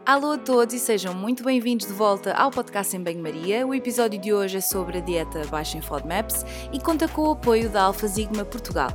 Alô a todos e sejam muito bem-vindos de volta ao podcast em Banho-Maria. O episódio de hoje é sobre a dieta baixa em FODMAPs e conta com o apoio da Alfa Sigma Portugal.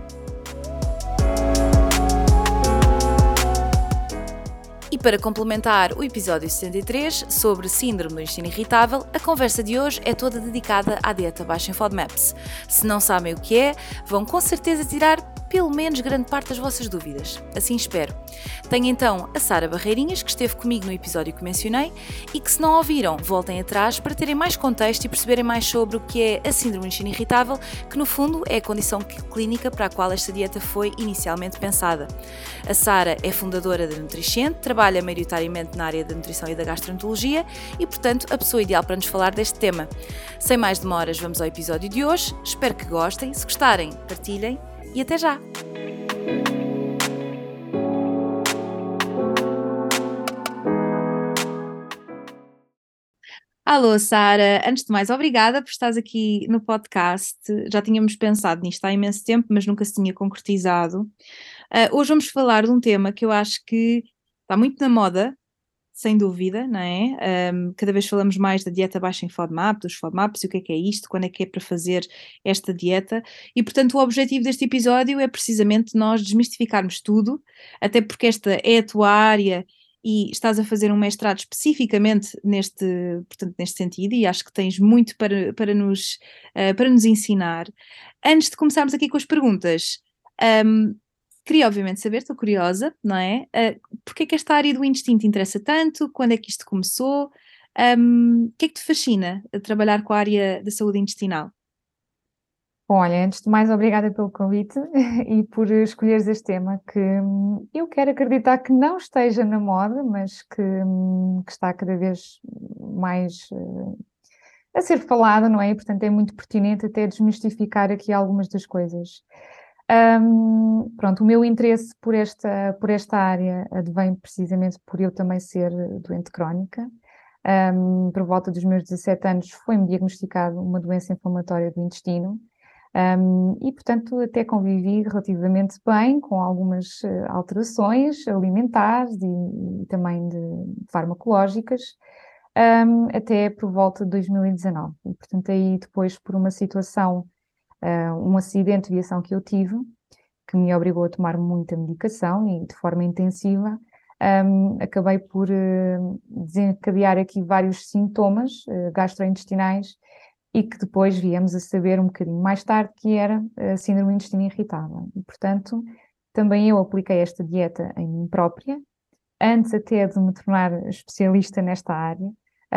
E para complementar o episódio 63 sobre síndrome do intestino irritável, a conversa de hoje é toda dedicada à dieta baixa em FODMAPs. Se não sabem o que é, vão com certeza tirar pelo menos grande parte das vossas dúvidas. Assim espero. Tenho então a Sara Barreirinhas, que esteve comigo no episódio que mencionei, e que se não ouviram, voltem atrás para terem mais contexto e perceberem mais sobre o que é a síndrome do intestino irritável, que no fundo é a condição clínica para a qual esta dieta foi inicialmente pensada. A Sara é fundadora da Nutricient, trabalha maioritariamente na área da nutrição e da gastroenterologia e, portanto, a pessoa ideal para nos falar deste tema. Sem mais demoras, vamos ao episódio de hoje. Espero que gostem. Se gostarem, partilhem e até já! Alô, Sara. Antes de mais, obrigada por estares aqui no podcast. Já tínhamos pensado nisto há imenso tempo, mas nunca se tinha concretizado. Hoje vamos falar de um tema que eu acho que está muito na moda, sem dúvida, não é? Cada vez falamos mais da dieta baixa em FODMAP, dos FODMAPs, e o que é isto, quando é que é para fazer esta dieta, e portanto o objetivo deste episódio é precisamente nós desmistificarmos tudo, até porque esta é a tua área e estás a fazer um mestrado especificamente portanto, neste sentido, e acho que tens muito para nos ensinar. Antes de começarmos aqui com as perguntas, queria obviamente saber, estou curiosa, não é? Porque é que esta área do intestino te interessa tanto? Quando é que isto começou? O que é que te fascina a trabalhar com a área da saúde intestinal? Bom, olha, antes de mais, obrigada pelo convite e por escolheres este tema que eu quero acreditar que não esteja na moda, mas que está cada vez mais a ser falado, não é? E, portanto, é muito pertinente até desmistificar aqui algumas das coisas. Pronto, o meu interesse por esta área advém precisamente por eu também ser doente crónica. Por volta dos meus 17 anos foi-me diagnosticado uma doença inflamatória do intestino. E, portanto, até convivi relativamente bem com algumas alterações alimentares e também farmacológicas, até por volta de 2019. E, portanto, aí depois, por uma situação, um acidente de viação que eu tive, que me obrigou a tomar muita medicação e de forma intensiva, acabei por desencadear aqui vários sintomas gastrointestinais e que depois viemos a saber um bocadinho mais tarde que era a síndrome do intestino irritável. E, portanto, também eu apliquei esta dieta em mim própria, antes até de me tornar especialista nesta área,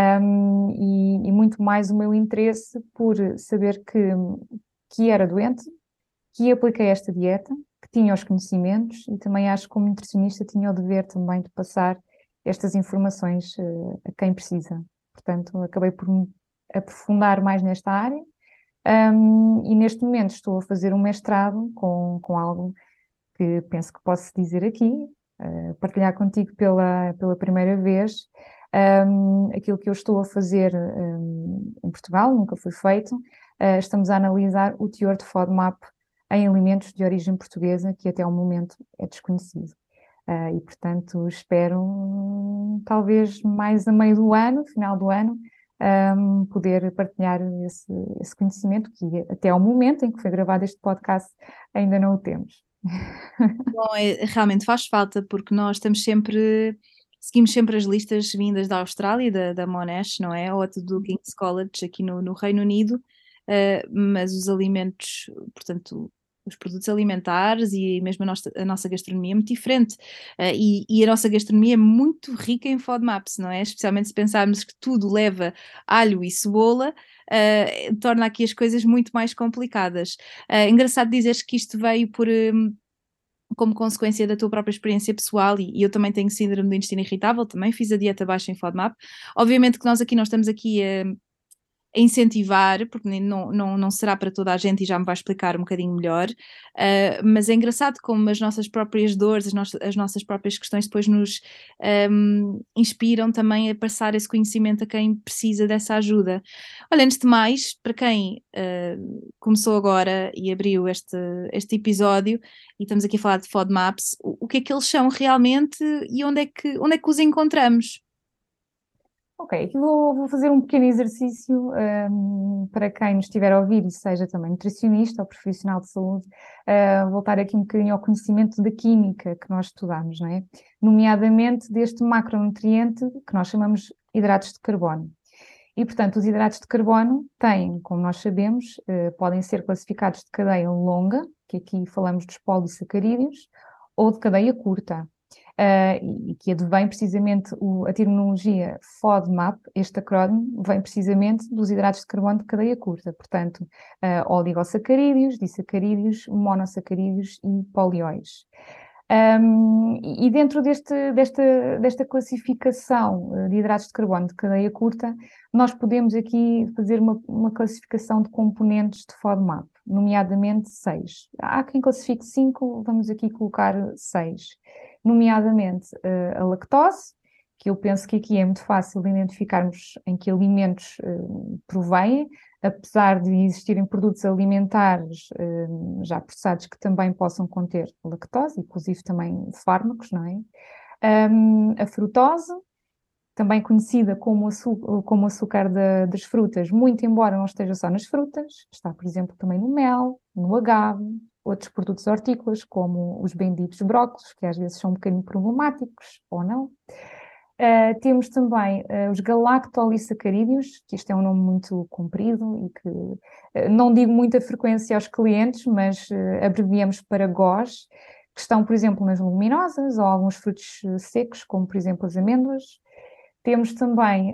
e muito mais o meu interesse por saber que era doente, que apliquei esta dieta, que tinha os conhecimentos e também acho que como nutricionista tinha o dever também de passar estas informações a quem precisa. Portanto, acabei por me aprofundar mais nesta área, e neste momento estou a fazer um mestrado com algo que penso que posso dizer aqui, partilhar contigo pela primeira vez, aquilo que eu estou a fazer em Portugal, nunca foi feito. Estamos a analisar o teor de FODMAP em alimentos de origem portuguesa, que até ao momento é desconhecido. E, portanto, espero, talvez mais a meio do ano, final do ano, poder partilhar esse conhecimento, que até ao momento em que foi gravado este podcast ainda não o temos. Bom, realmente faz falta, porque nós seguimos sempre as listas vindas da Austrália, da Monash, não é? Ou até do King's College aqui no Reino Unido, mas os alimentos, portanto, os produtos alimentares e mesmo a nossa gastronomia é muito diferente, e a nossa gastronomia é muito rica em FODMAPs, não é? Especialmente se pensarmos que tudo leva alho e cebola, torna aqui as coisas muito mais complicadas. Engraçado dizeres que isto veio como consequência da tua própria experiência pessoal, e eu também tenho síndrome do intestino irritável, também fiz a dieta baixa em FODMAP. Obviamente que nós aqui não estamos aqui a incentivar, porque não será para toda a gente e já me vai explicar um bocadinho melhor, mas é engraçado como as nossas próprias dores, as nossas próprias questões depois nos inspiram também a passar esse conhecimento a quem precisa dessa ajuda. Olha, antes de mais, para quem começou agora e abriu este episódio, e estamos aqui a falar de FODMAPs, o que é que eles são realmente e onde é que os encontramos? Ok, aqui vou fazer um pequeno exercício para quem nos estiver a ouvir e seja também nutricionista ou profissional de saúde, voltar aqui um bocadinho ao conhecimento da química que nós estudamos, não é? Nomeadamente deste macronutriente que nós chamamos hidratos de carbono. E, portanto, os hidratos de carbono têm, como nós sabemos, podem ser classificados de cadeia longa, que aqui falamos dos polissacarídeos, ou de cadeia curta. E que advém precisamente a terminologia FODMAP, este acrónimo, vem precisamente dos hidratos de carbono de cadeia curta, portanto, oligosacarídeos, disacarídeos, monossacarídeos e polióis. E dentro desta classificação de hidratos de carbono de cadeia curta, nós podemos aqui fazer uma classificação de componentes de FODMAP, nomeadamente 6. Há quem classifique 5, vamos aqui colocar 6, nomeadamente a lactose, que eu penso que aqui é muito fácil de identificarmos em que alimentos provém, apesar de existirem produtos alimentares já processados que também possam conter lactose, inclusive também fármacos, não é? A frutose, também conhecida como açúcar das frutas, muito embora não esteja só nas frutas, está, por exemplo, também no mel, no agave, outros produtos hortícolas, como os benditos brócolos, que às vezes são um bocadinho problemáticos, ou não. Temos também os galactolisacarídeos, que isto é um nome muito comprido e que não digo muita frequência aos clientes, mas abreviamos para GOS, que estão, por exemplo, nas leguminosas ou alguns frutos secos, como, por exemplo, as amêndoas. Temos também,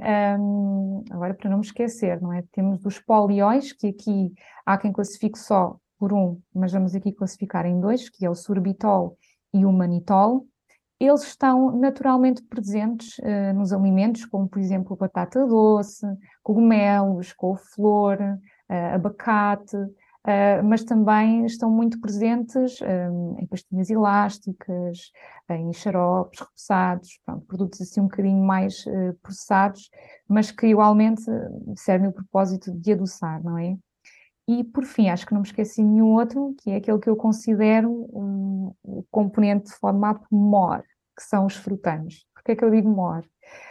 agora para não me esquecer, não é? Temos os polióis, que aqui há quem classifique só por um, mas vamos aqui classificar em dois, que é o sorbitol e o manitol. Eles estão naturalmente presentes nos alimentos, como por exemplo batata doce, cogumelos, couve-flor, abacate, mas também estão muito presentes em pastinhas elásticas, em xaropes repousados, pronto, produtos assim um bocadinho mais processados, mas que igualmente servem o propósito de adoçar, não é? E, por fim, acho que não me esqueci nenhum outro, que é aquele que eu considero o componente de FODMAP MOR, que são os frutanos. Porquê é que eu digo MOR?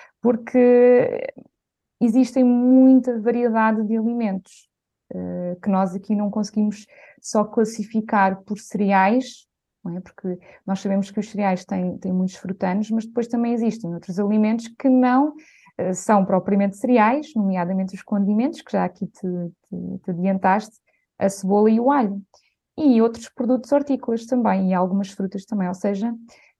Porque existem muita variedade de alimentos, que nós aqui não conseguimos só classificar por cereais, não é? Porque nós sabemos que os cereais têm muitos frutanos, mas depois também existem outros alimentos que não são propriamente cereais, nomeadamente os condimentos, que já aqui te adiantaste, a cebola e o alho. E outros produtos hortícolas também, e algumas frutas também, ou seja,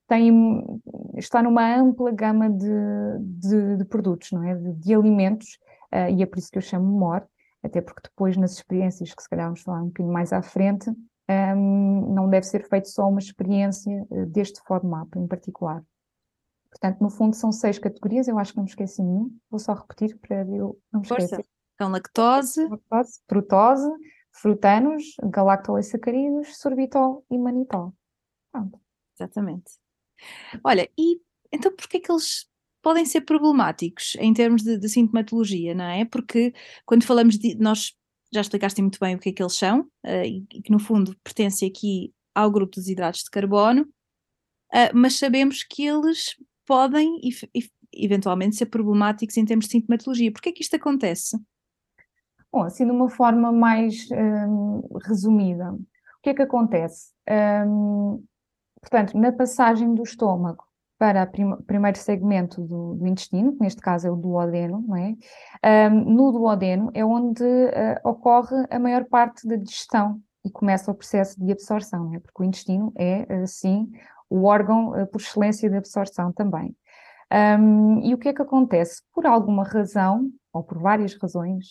está numa ampla gama de produtos, não é? De alimentos, e é por isso que eu chamo MOR, até porque depois nas experiências, que se calhar vamos falar um bocadinho mais à frente, não deve ser feito só uma experiência deste FODMAP em particular. Portanto, no fundo, são 6 categorias, eu acho que não me esqueci nenhum. Vou só repetir para eu não me Força. esquecer. Então, lactose. Lactose, frutose, frutanos, galactolissacarídeos, sorbitol e manitol. Pronto. Exatamente. Olha, e então porquê que eles podem ser problemáticos em termos de sintomatologia, não é? Porque quando falamos nós já explicaste muito bem o que é que eles são, e que no fundo pertencem aqui ao grupo dos hidratos de carbono, mas sabemos que eles podem eventualmente ser problemáticos em termos de sintomatologia. Porquê que isto acontece? Bom, assim de uma forma mais resumida, o que é que acontece? Portanto, na passagem do estômago para o primeiro segmento do intestino, que neste caso é o duodeno, não é? No duodeno é onde ocorre a maior parte da digestão e começa o processo de absorção, não é? Porque o intestino é, sim, o órgão por excelência de absorção também. E o que é que acontece? Por alguma razão, ou por várias razões,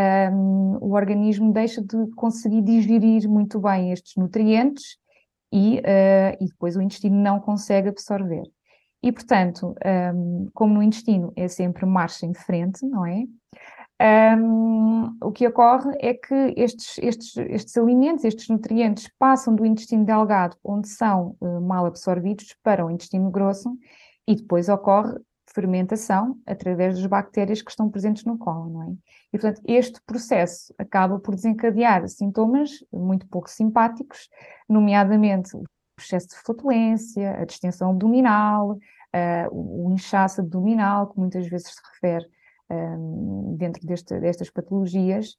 o organismo deixa de conseguir digerir muito bem estes nutrientes e depois o intestino não consegue absorver. E, portanto, como no intestino é sempre marcha em frente, não é? O que ocorre é que estes alimentos, estes nutrientes, passam do intestino delgado, onde são mal absorvidos, para o intestino grosso, e depois ocorre fermentação através das bactérias que estão presentes no colo, não é? E, portanto, este processo acaba por desencadear sintomas muito pouco simpáticos, nomeadamente o excesso de flatulência, a distensão abdominal, o inchaço abdominal, que muitas vezes se refere dentro destas patologias,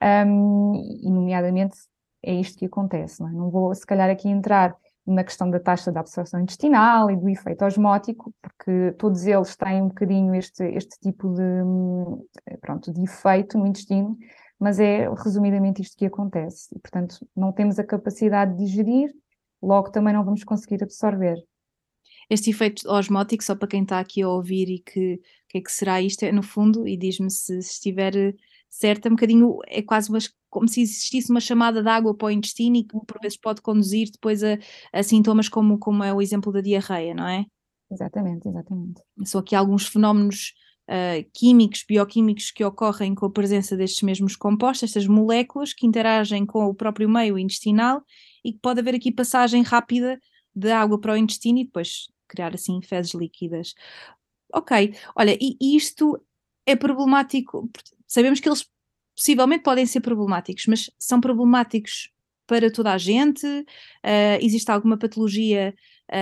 e nomeadamente é isto que acontece, não é? Não vou, se calhar, aqui entrar na questão da taxa de absorção intestinal e do efeito osmótico, porque todos eles têm um bocadinho este tipo pronto, de efeito no intestino, mas é resumidamente isto que acontece. E, portanto, não temos a capacidade de digerir, logo também não vamos conseguir absorver. Este efeito osmótico, só para quem está aqui a ouvir e que é que será isto, é no fundo, e diz-me se estiver certa, um bocadinho, é quase como se existisse uma chamada de água para o intestino e que por vezes pode conduzir depois a sintomas como é o exemplo da diarreia, não é? Exatamente, exatamente. São aqui alguns fenómenos químicos, bioquímicos que ocorrem com a presença destes mesmos compostos, estas moléculas que interagem com o próprio meio intestinal e que pode haver aqui passagem rápida de água para o intestino e depois criar assim fezes líquidas. Ok, olha, e isto é problemático, sabemos que eles possivelmente podem ser problemáticos, mas são problemáticos para toda a gente? Existe alguma patologia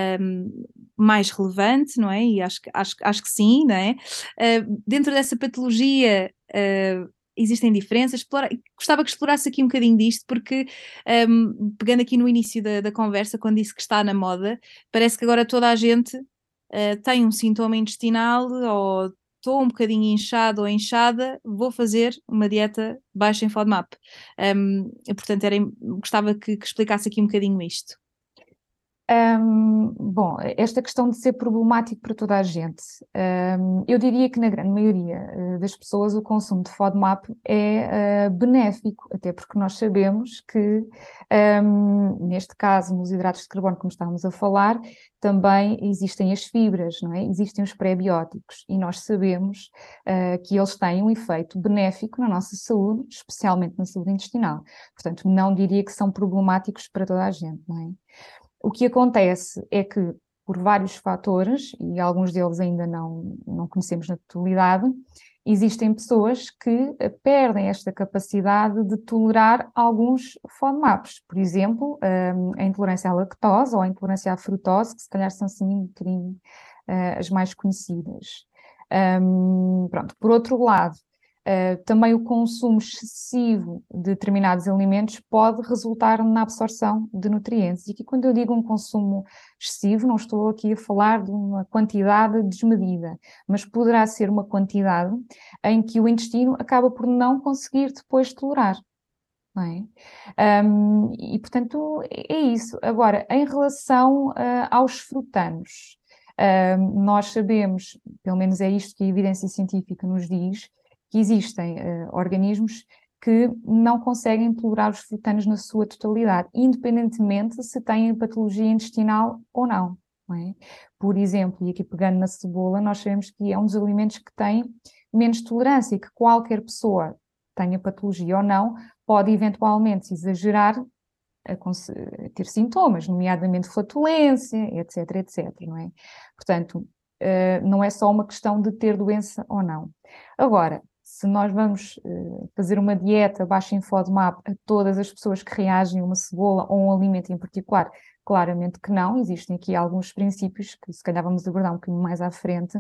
mais relevante, não é? E acho que sim, não é? Dentro dessa patologia existem diferenças. Gostava que explorasse aqui um bocadinho disto, porque pegando aqui no início da conversa, quando disse que está na moda, parece que agora toda a gente tem um sintoma intestinal ou estou um bocadinho inchado ou inchada, vou fazer uma dieta baixa em FODMAP. Portanto, gostava que explicasse aqui um bocadinho isto. Bom, esta questão de ser problemático para toda a gente, eu diria que na grande maioria das pessoas o consumo de FODMAP é benéfico, até porque nós sabemos que, neste caso, nos hidratos de carbono, como estávamos a falar, também existem as fibras, não é? Existem os pré-bióticos e nós sabemos que eles têm um efeito benéfico na nossa saúde, especialmente na saúde intestinal. Portanto, não diria que são problemáticos para toda a gente, não é? O que acontece é que, por vários fatores, e alguns deles ainda não conhecemos na totalidade, existem pessoas que perdem esta capacidade de tolerar alguns FODMAPs. Por exemplo, a intolerância à lactose ou a intolerância à frutose, que se calhar são assim um bocadinho as mais conhecidas. Pronto. Por outro lado, também o consumo excessivo de determinados alimentos pode resultar na absorção de nutrientes. E aqui, quando eu digo um consumo excessivo, não estou aqui a falar de uma quantidade desmedida, mas poderá ser uma quantidade em que o intestino acaba por não conseguir depois tolerar. Não é? E, portanto, é isso. Agora, em relação aos frutanos, nós sabemos, pelo menos é isto que a evidência científica nos diz, que existem organismos que não conseguem tolerar os frutanos na sua totalidade, independentemente se têm patologia intestinal ou não. Não é? Por exemplo, e aqui pegando na cebola, nós sabemos que é um dos alimentos que tem menos tolerância e que qualquer pessoa, tenha patologia ou não, pode eventualmente se exagerar a ter sintomas, nomeadamente flatulência, etc, etc, não é? Portanto, não é só uma questão de ter doença ou não. Agora, se nós vamos fazer uma dieta baixa em FODMAP a todas as pessoas que reagem a uma cebola ou um alimento em particular, claramente que não. Existem aqui alguns princípios que se calhar vamos abordar um bocadinho mais à frente,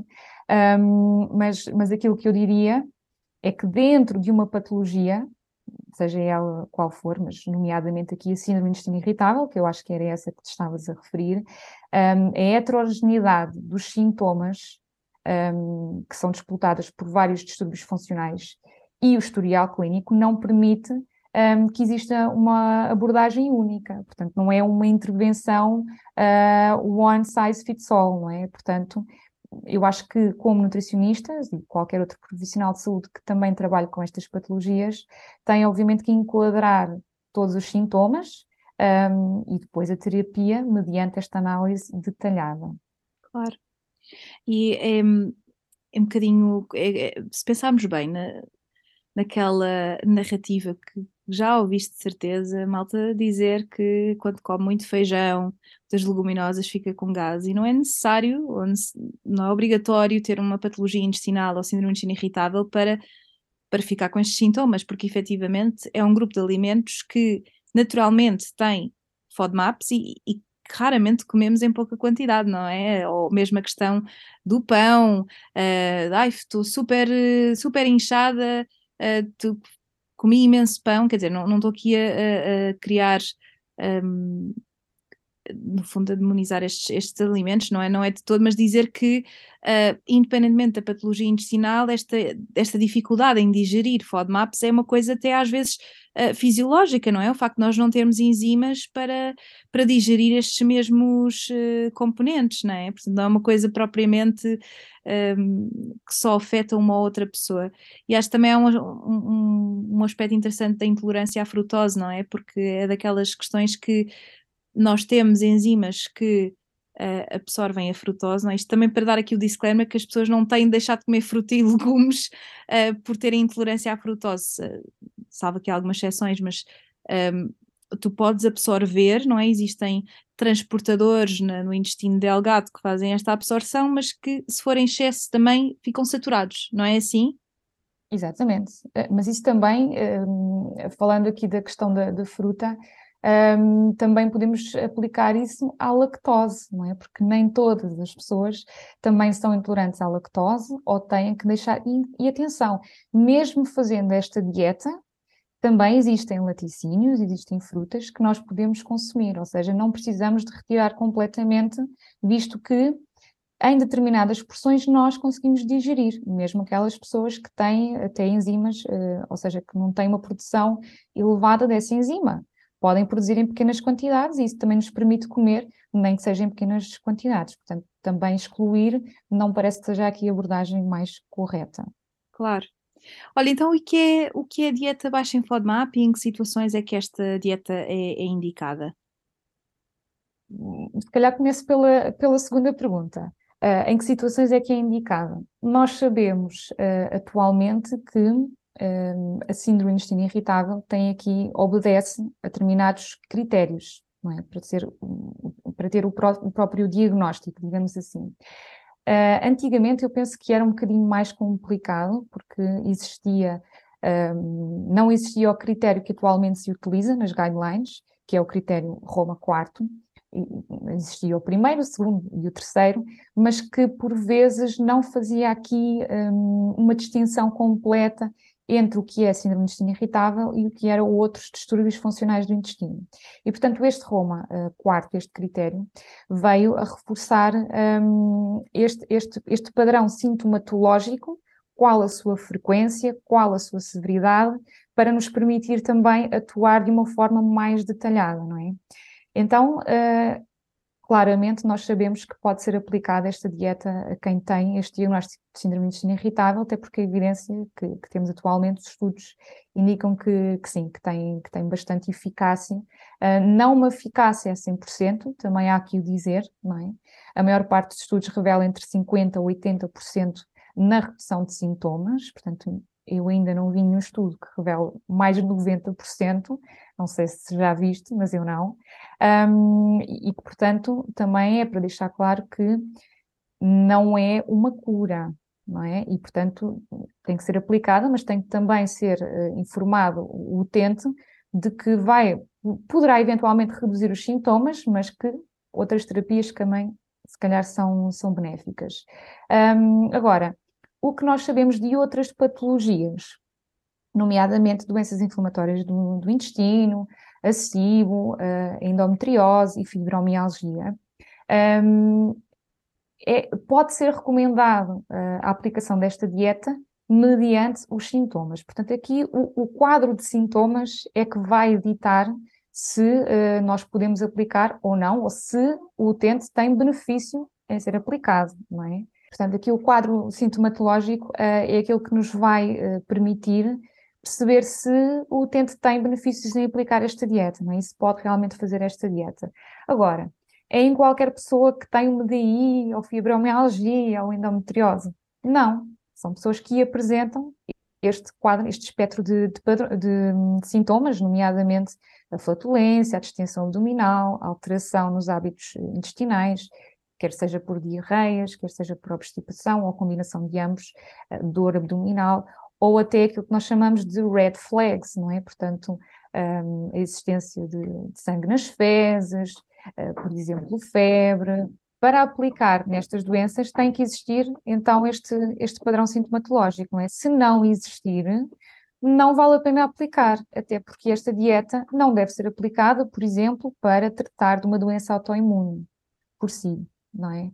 mas aquilo que eu diria é que dentro de uma patologia, seja ela qual for, mas nomeadamente aqui a síndrome do intestino irritável, que eu acho que era essa que te estavas a referir, a heterogeneidade dos sintomas que são disputadas por vários distúrbios funcionais e o historial clínico não permite que exista uma abordagem única. Portanto, não é uma intervenção one size fits all, não é? Portanto, eu acho que, como nutricionistas e qualquer outro profissional de saúde que também trabalhe com estas patologias, tem obviamente que enquadrar todos os sintomas, e depois a terapia mediante esta análise detalhada. Claro. E é um bocadinho, se pensarmos bem naquela narrativa que já ouviste de certeza, malta dizer que quando come muito feijão, das leguminosas fica com gás e não é necessário, não é obrigatório ter uma patologia intestinal ou síndrome de intestino irritável para ficar com estes sintomas, porque efetivamente é um grupo de alimentos que naturalmente tem FODMAPs e que raramente comemos em pouca quantidade, não é? Ou mesmo a questão do pão, ai, estou super inchada, comi imenso pão, quer dizer, não estou aqui a criar no fundo, a demonizar estes alimentos, não é de todo, mas dizer que, independentemente da patologia intestinal, esta dificuldade em digerir FODMAPs é uma coisa até às vezes fisiológica, não é? O facto de nós não termos enzimas para digerir estes mesmos componentes, não é? Portanto, não é uma coisa propriamente que só afeta uma ou outra pessoa. E acho que também há um aspecto interessante da intolerância à frutose, não é? Porque é daquelas questões que nós temos enzimas que absorvem a frutose, não é? Isto também para dar aqui o disclaimer que as pessoas não têm de deixar de comer fruta e legumes por terem intolerância à frutose, salvo aqui algumas exceções, mas tu podes absorver, não é? Existem transportadores no intestino delgado que fazem esta absorção, mas que se for em excesso também ficam saturados, não é assim? Exatamente. Mas isso também, falando aqui da questão da fruta, também podemos aplicar isso à lactose, não é? Porque nem todas as pessoas também são intolerantes à lactose ou têm que deixar. E atenção, mesmo fazendo esta dieta, também existem laticínios, existem frutas que nós podemos consumir, ou seja, não precisamos de retirar completamente, visto que em determinadas porções nós conseguimos digerir, mesmo aquelas pessoas que têm até enzimas, ou seja, que não têm uma produção elevada dessa enzima. Podem produzir em pequenas quantidades e isso também nos permite comer, nem que seja em pequenas quantidades. Portanto, também excluir não parece que seja aqui a abordagem mais correta. Claro. Olha, então o que é a dieta baixa em FODMAP e em que situações é que esta dieta é indicada? Se calhar começo pela segunda pergunta. Em que situações é que é indicada? Nós sabemos atualmente que a síndrome do intestino irritável tem aqui, obedece a determinados critérios, não é? Para ter o próprio diagnóstico, digamos assim. Antigamente eu penso que era um bocadinho mais complicado, porque não existia o critério que atualmente se utiliza nas guidelines, que é o critério Roma IV. Existia o primeiro, o segundo e o terceiro, mas que por vezes não fazia aqui uma distinção completa entre o que é a síndrome do intestino irritável e o que eram outros distúrbios funcionais do intestino. E, portanto, este Roma quarto, este critério, veio a reforçar este padrão sintomatológico, qual a sua frequência, qual a sua severidade, para nos permitir também atuar de uma forma mais detalhada, não é? Então, claramente, nós sabemos que pode ser aplicada esta dieta a quem tem este diagnóstico de síndrome de intestino irritável, até porque a evidência que temos atualmente, os estudos indicam que sim, que tem bastante eficácia. Não uma eficácia a 100%, também há aqui o dizer, não é? A maior parte dos estudos revela entre 50% a 80% na redução de sintomas, portanto, eu ainda não vi nenhum estudo que revele mais de 90%, não sei se já viste, mas eu não. E que, portanto, também é para deixar claro que não é uma cura, não é? E, portanto, tem que ser aplicada, mas tem que também ser informado o utente de que poderá eventualmente reduzir os sintomas, mas que outras terapias também, se calhar, são benéficas. Agora, o que nós sabemos de outras patologias, nomeadamente doenças inflamatórias do intestino, a SIBO, a endometriose e fibromialgia. Pode ser recomendado a aplicação desta dieta mediante os sintomas. Portanto, aqui o quadro de sintomas é que vai editar se nós podemos aplicar ou não, ou se o utente tem benefício em ser aplicado, não é? Portanto, aqui o quadro sintomatológico é aquele que nos vai permitir perceber se o utente tem benefícios em aplicar esta dieta, não é? E se pode realmente fazer esta dieta. Agora, é em qualquer pessoa que tem uma DI, ou fibromialgia, ou endometriose? Não. São pessoas que apresentam este quadro, este espectro de sintomas, nomeadamente a flatulência, a distensão abdominal, a alteração nos hábitos intestinais, quer seja por diarreias, quer seja por obstipação ou combinação de ambos, dor abdominal, ou até aquilo que nós chamamos de red flags, não é? Portanto, a existência de sangue nas fezes, por exemplo, febre. Para aplicar nestas doenças tem que existir, então, este padrão sintomatológico, não é? Se não existir, não vale a pena aplicar, até porque esta dieta não deve ser aplicada, por exemplo, para tratar de uma doença autoimune por si, não é?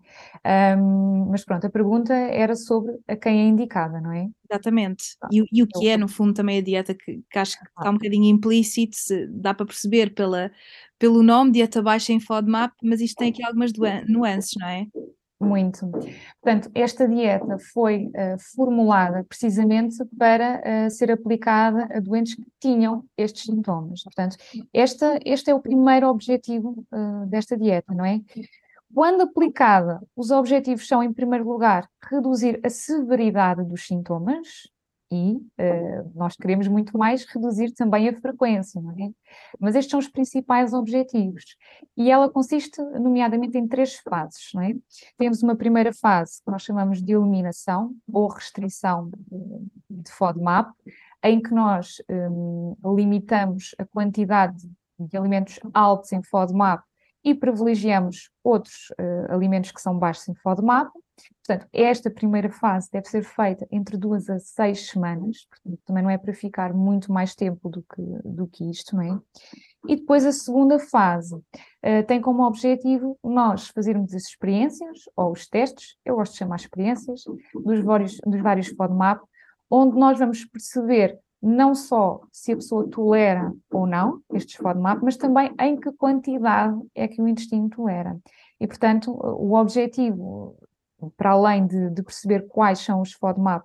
Mas pronto, a pergunta era sobre a quem é indicada, não é? Exatamente. E o que Eu- é, no fundo, também a dieta que acho que está um bocadinho implícito, dá para perceber pelo nome, dieta baixa em FODMAP, mas isto tem aqui algumas nuances, não é? Muito. Portanto, esta dieta foi formulada precisamente para ser aplicada a doentes que tinham estes sintomas. Portanto, este é o primeiro objetivo desta dieta, não é? Quando aplicada, os objetivos são, em primeiro lugar, reduzir a severidade dos sintomas e nós queremos muito mais reduzir também a frequência, não é? Mas estes são os principais objetivos. E ela consiste, nomeadamente, em 3 fases, não é? Temos uma primeira fase que nós chamamos de eliminação ou restrição de FODMAP, em que nós limitamos a quantidade de alimentos altos em FODMAP e privilegiamos outros alimentos que são baixos em FODMAP. Portanto, esta primeira fase deve ser feita entre 2 a 6 semanas, portanto, também não é para ficar muito mais tempo do que isto, não é? E depois a segunda fase tem como objetivo nós fazermos as experiências, ou os testes, eu gosto de chamar experiências, dos vários FODMAP, onde nós vamos perceber não só se a pessoa tolera ou não estes FODMAP, mas também em que quantidade é que o intestino tolera. E, portanto, o objetivo, para além de perceber quais são os FODMAP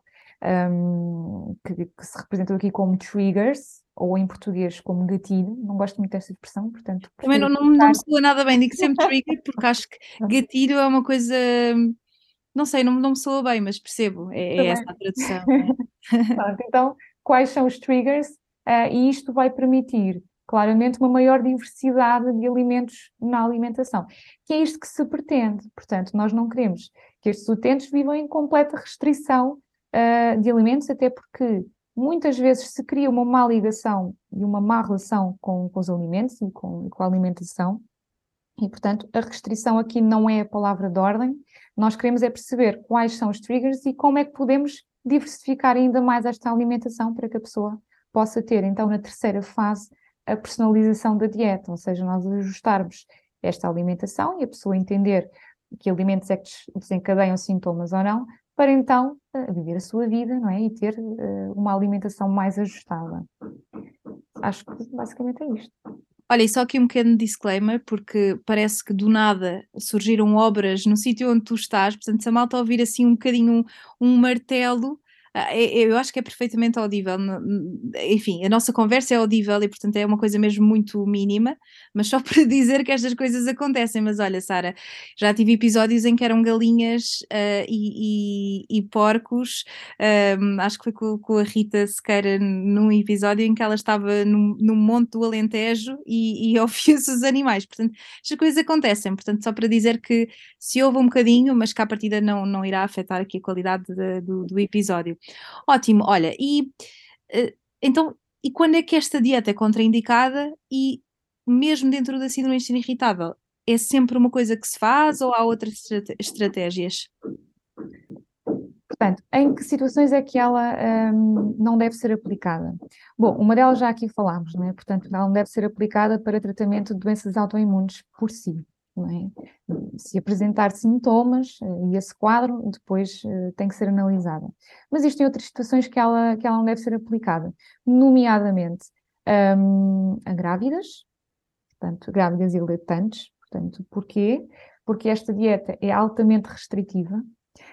que se representam aqui como triggers, ou em português como gatilho, não gosto muito desta expressão, portanto Também prefiro não me utilizar. soa nada bem, digo sempre trigger, porque acho que gatilho é uma coisa, não sei, não me soa bem, mas percebo, é essa Também. a tradução, não é? Pronto, então, quais são os triggers? E isto vai permitir claramente uma maior diversidade de alimentos na alimentação, que é isto que se pretende. Portanto, nós não queremos que estes utentes vivam em completa restrição de alimentos, até porque muitas vezes se cria uma má ligação e uma má relação com os alimentos e com a alimentação. E, portanto, a restrição aqui não é a palavra de ordem. Nós queremos é perceber quais são os triggers e como é que podemos diversificar ainda mais esta alimentação para que a pessoa possa ter, então, na terceira fase, a personalização da dieta, ou seja, nós ajustarmos esta alimentação e a pessoa entender que alimentos é que desencadeiam sintomas ou não, para então viver a sua vida, não é? E ter uma alimentação mais ajustada. Acho que basicamente é isto. Olha, e só aqui um pequeno disclaimer, porque parece que do nada surgiram obras no sítio onde tu estás, portanto, se a malta ouvir assim um bocadinho um martelo, eu acho que é perfeitamente audível. Enfim, a nossa conversa é audível e, portanto, é uma coisa mesmo muito mínima, mas só para dizer que estas coisas acontecem. Mas olha, Sara, já tive episódios em que eram galinhas e porcos. Acho que foi com a Rita Sequeira num episódio em que ela estava num monte do Alentejo e ouvia-se os animais. Portanto, estas coisas acontecem. Portanto, só para dizer que se ouve um bocadinho, mas que à partida não irá afetar aqui a qualidade do episódio. Ótimo, olha, então, e quando é que esta dieta é contraindicada e mesmo dentro da síndrome do intestino irritável? É sempre uma coisa que se faz ou há outras estratégias? Portanto, em que situações é que ela não deve ser aplicada? Bom, uma delas já aqui falámos, não é? Portanto, ela não deve ser aplicada para tratamento de doenças autoimunes por si, não é? Se apresentar sintomas e esse quadro, depois tem que ser analisada. Mas existem outras situações que ela não deve ser aplicada, nomeadamente a grávidas, portanto, grávidas e lactantes. Portanto, porquê? Porque esta dieta é altamente restritiva.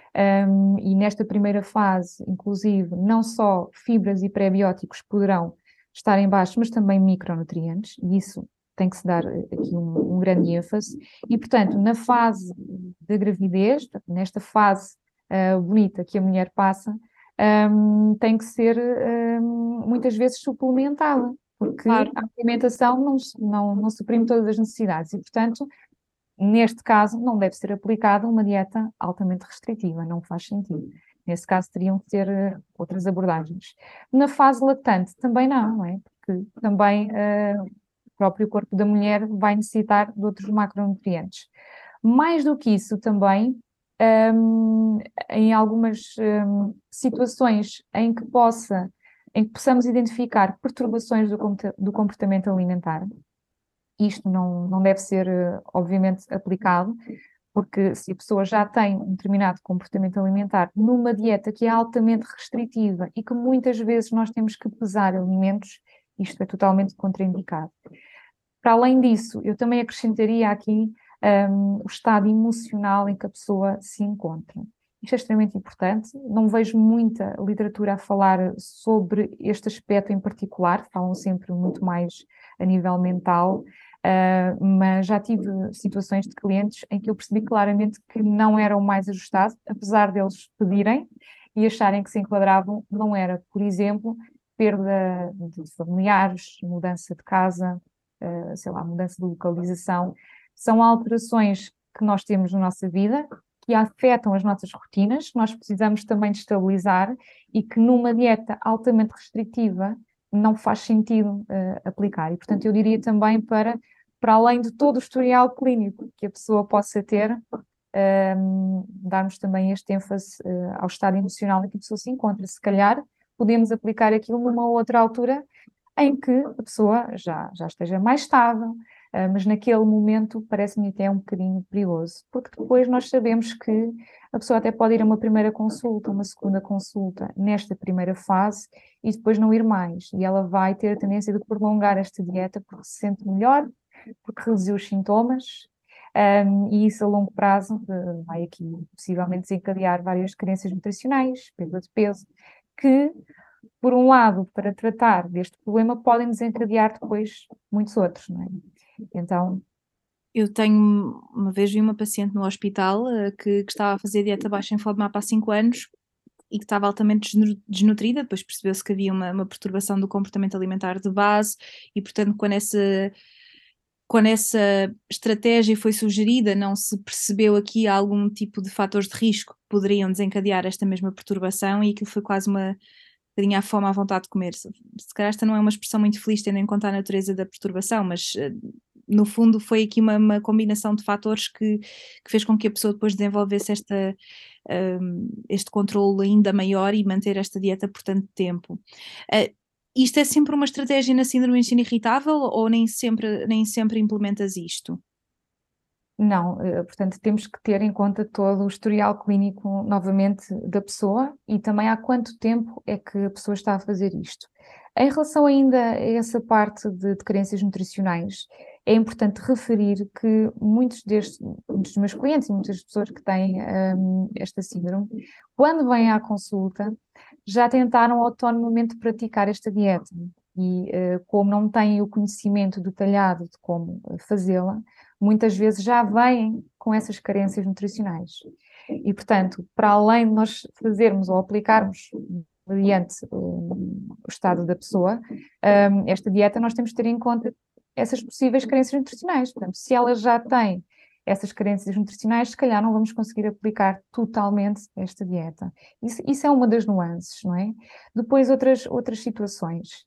E nesta primeira fase, inclusive, não só fibras e pré-bióticos poderão estar em baixo, mas também micronutrientes, e isso tem que se dar aqui um grande ênfase. E, portanto, na fase da gravidez, nesta fase bonita que a mulher passa, tem que ser muitas vezes suplementada, porque Claro. a alimentação não suprime todas as necessidades e, portanto, neste caso, não deve ser aplicada uma dieta altamente restritiva, não faz sentido. Nesse caso, teriam que ter outras abordagens. Na fase lactante, também não é? Porque também o próprio corpo da mulher vai necessitar de outros macronutrientes. Mais do que isso, também, em algumas situações em que possamos identificar perturbações do comportamento alimentar, isto não deve ser, obviamente, aplicado, porque se a pessoa já tem um determinado comportamento alimentar numa dieta que é altamente restritiva e que muitas vezes nós temos que pesar alimentos, isto é totalmente contraindicado. Para além disso, eu também acrescentaria aqui o estado emocional em que a pessoa se encontra. Isto é extremamente importante. Não vejo muita literatura a falar sobre este aspecto em particular, falam sempre muito mais a nível mental, mas já tive situações de clientes em que eu percebi claramente que não era o mais ajustado, apesar deles pedirem e acharem que se enquadravam, não era. Por exemplo, perda de familiares, mudança de casa, sei lá, mudança de localização, são alterações que nós temos na nossa vida, que afetam as nossas rotinas, que nós precisamos também de estabilizar e que numa dieta altamente restritiva não faz sentido aplicar. E, portanto, eu diria também para além de todo o historial clínico que a pessoa possa ter, darmos também este ênfase ao estado emocional em que a pessoa se encontra. Se calhar podemos aplicar aquilo numa outra altura em que a pessoa já esteja mais estável, mas naquele momento parece-me até um bocadinho perigoso, porque depois nós sabemos que a pessoa até pode ir a uma primeira consulta, uma segunda consulta nesta primeira fase e depois não ir mais. E ela vai ter a tendência de prolongar esta dieta porque se sente melhor, porque reduziu os sintomas, e isso a longo prazo vai aqui possivelmente desencadear várias carências nutricionais, perda de peso, que por um lado, para tratar deste problema, podem desencadear depois muitos outros, não é? Então, Eu tenho, uma vez vi uma paciente no hospital que estava a fazer dieta baixa em FODMAP há 5 anos e que estava altamente desnutrida, depois percebeu-se que havia uma perturbação do comportamento alimentar de base e, portanto, quando essa estratégia foi sugerida, não se percebeu aqui algum tipo de fatores de risco que poderiam desencadear esta mesma perturbação e aquilo foi quase uma bocadinho à fome, à vontade de comer. Se calhar esta não é uma expressão muito feliz tendo em conta a natureza da perturbação, mas no fundo foi aqui uma combinação de fatores que fez com que a pessoa depois desenvolvesse este controle ainda maior e manter esta dieta por tanto tempo. Isto é sempre uma estratégia na síndrome do intestino irritável ou nem sempre implementas isto? não, portanto, temos que ter em conta todo o historial clínico, novamente, da pessoa e também há quanto tempo é que a pessoa está a fazer isto. Em relação ainda a essa parte de carências nutricionais, é importante referir que muitos dos meus clientes e muitas pessoas que têm esta síndrome, quando vêm à consulta, já tentaram autonomamente praticar esta dieta e, como não têm o conhecimento detalhado de como fazê-la, muitas vezes já vêm com essas carências nutricionais. E, portanto, para além de nós fazermos ou aplicarmos mediante o estado da pessoa, esta dieta nós temos de ter em conta essas possíveis carências nutricionais. Portanto, se ela já tem essas carências nutricionais, se calhar não vamos conseguir aplicar totalmente esta dieta. Isso é uma das nuances, não é? Depois, outras situações.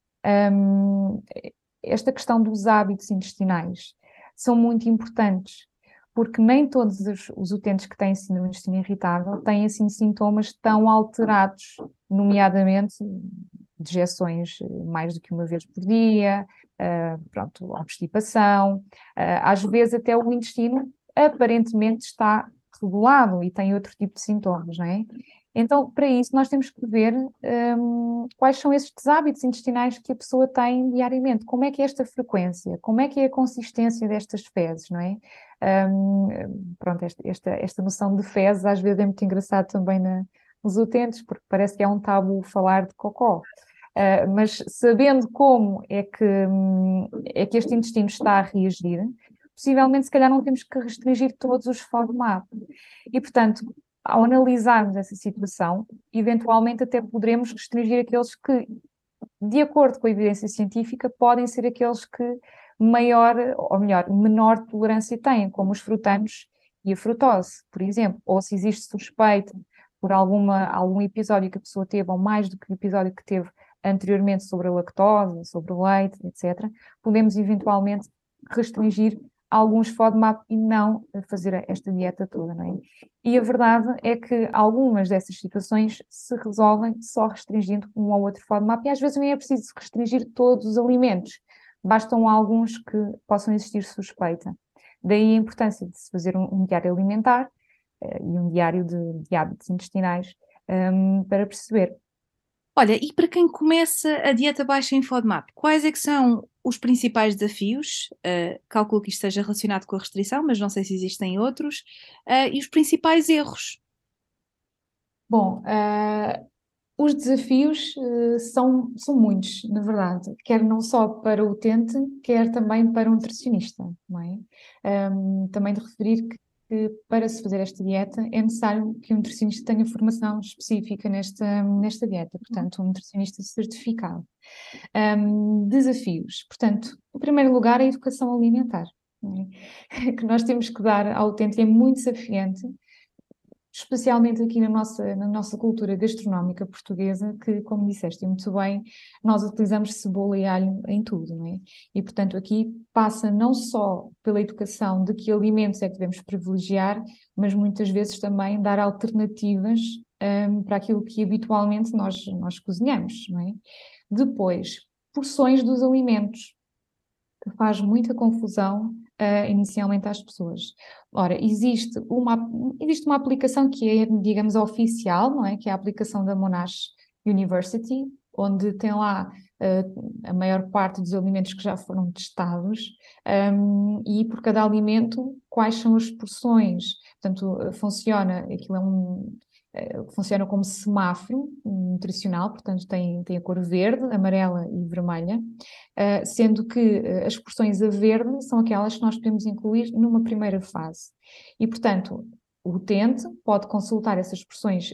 Esta questão dos hábitos intestinais são muito importantes, porque nem todos os utentes que têm síndrome do intestino irritável têm assim sintomas tão alterados, nomeadamente dejeções mais do que uma vez por dia, pronto, obstipação, às vezes até o intestino aparentemente está regulado e tem outro tipo de sintomas, não é? Então, para isso, nós temos que ver quais são esses hábitos intestinais que a pessoa tem diariamente, como é que é esta frequência, como é que é a consistência destas fezes, não é? Pronto, esta noção de fezes às vezes é muito engraçado também nos utentes, porque parece que é um tabu falar de cocó. Mas sabendo como é que este intestino está a reagir, possivelmente se calhar não temos que restringir todos os FODMAP. E, portanto, ao analisarmos essa situação, eventualmente até poderemos restringir aqueles que, de acordo com a evidência científica, podem ser aqueles que maior, ou melhor, menor tolerância têm, como os frutanos e a frutose, por exemplo. Ou se existe suspeita por algum episódio que a pessoa teve, ou mais do que o episódio que teve anteriormente sobre a lactose, sobre o leite, etc., podemos eventualmente restringir alguns FODMAP e não fazer esta dieta toda, não é? E a verdade é que algumas dessas situações se resolvem só restringindo um ou outro FODMAP e às vezes nem é preciso restringir todos os alimentos, bastam alguns que possam existir suspeita. Daí a importância de se fazer um diário alimentar e um diário de hábitos intestinais para perceber. Olha, e para quem começa a dieta baixa em FODMAP, quais é que são os principais desafios? Calculo que isto esteja relacionado com a restrição, mas não sei se existem outros. E os principais erros? Bom, os desafios são muitos, na verdade, quer não só para o utente, quer também para o nutricionista, não é? Também de referir que para se fazer esta dieta é necessário que o nutricionista tenha formação específica nesta dieta, portanto, um nutricionista certificado. Desafios, portanto, em primeiro lugar, a educação alimentar, não é? Que nós temos que dar ao utente, e é muito desafiante, especialmente aqui na nossa cultura gastronómica portuguesa, que, como disseste muito bem, nós utilizamos cebola e alho em tudo, não é? E, portanto, aqui passa não só pela educação de que alimentos é que devemos privilegiar, mas muitas vezes também dar alternativas, para aquilo que habitualmente nós cozinhamos, não é? Depois, porções dos alimentos, que faz muita confusão inicialmente às pessoas. Ora, existe uma aplicação que é, digamos, oficial, não é? Que é a aplicação da Monash University, onde tem lá a maior parte dos alimentos que já foram testados, e por cada alimento quais são as porções. Portanto, funciona como semáforo nutricional, portanto tem a cor verde, amarela e vermelha, sendo que as porções a verde são aquelas que nós podemos incluir numa primeira fase. E, portanto, o utente pode consultar essas porções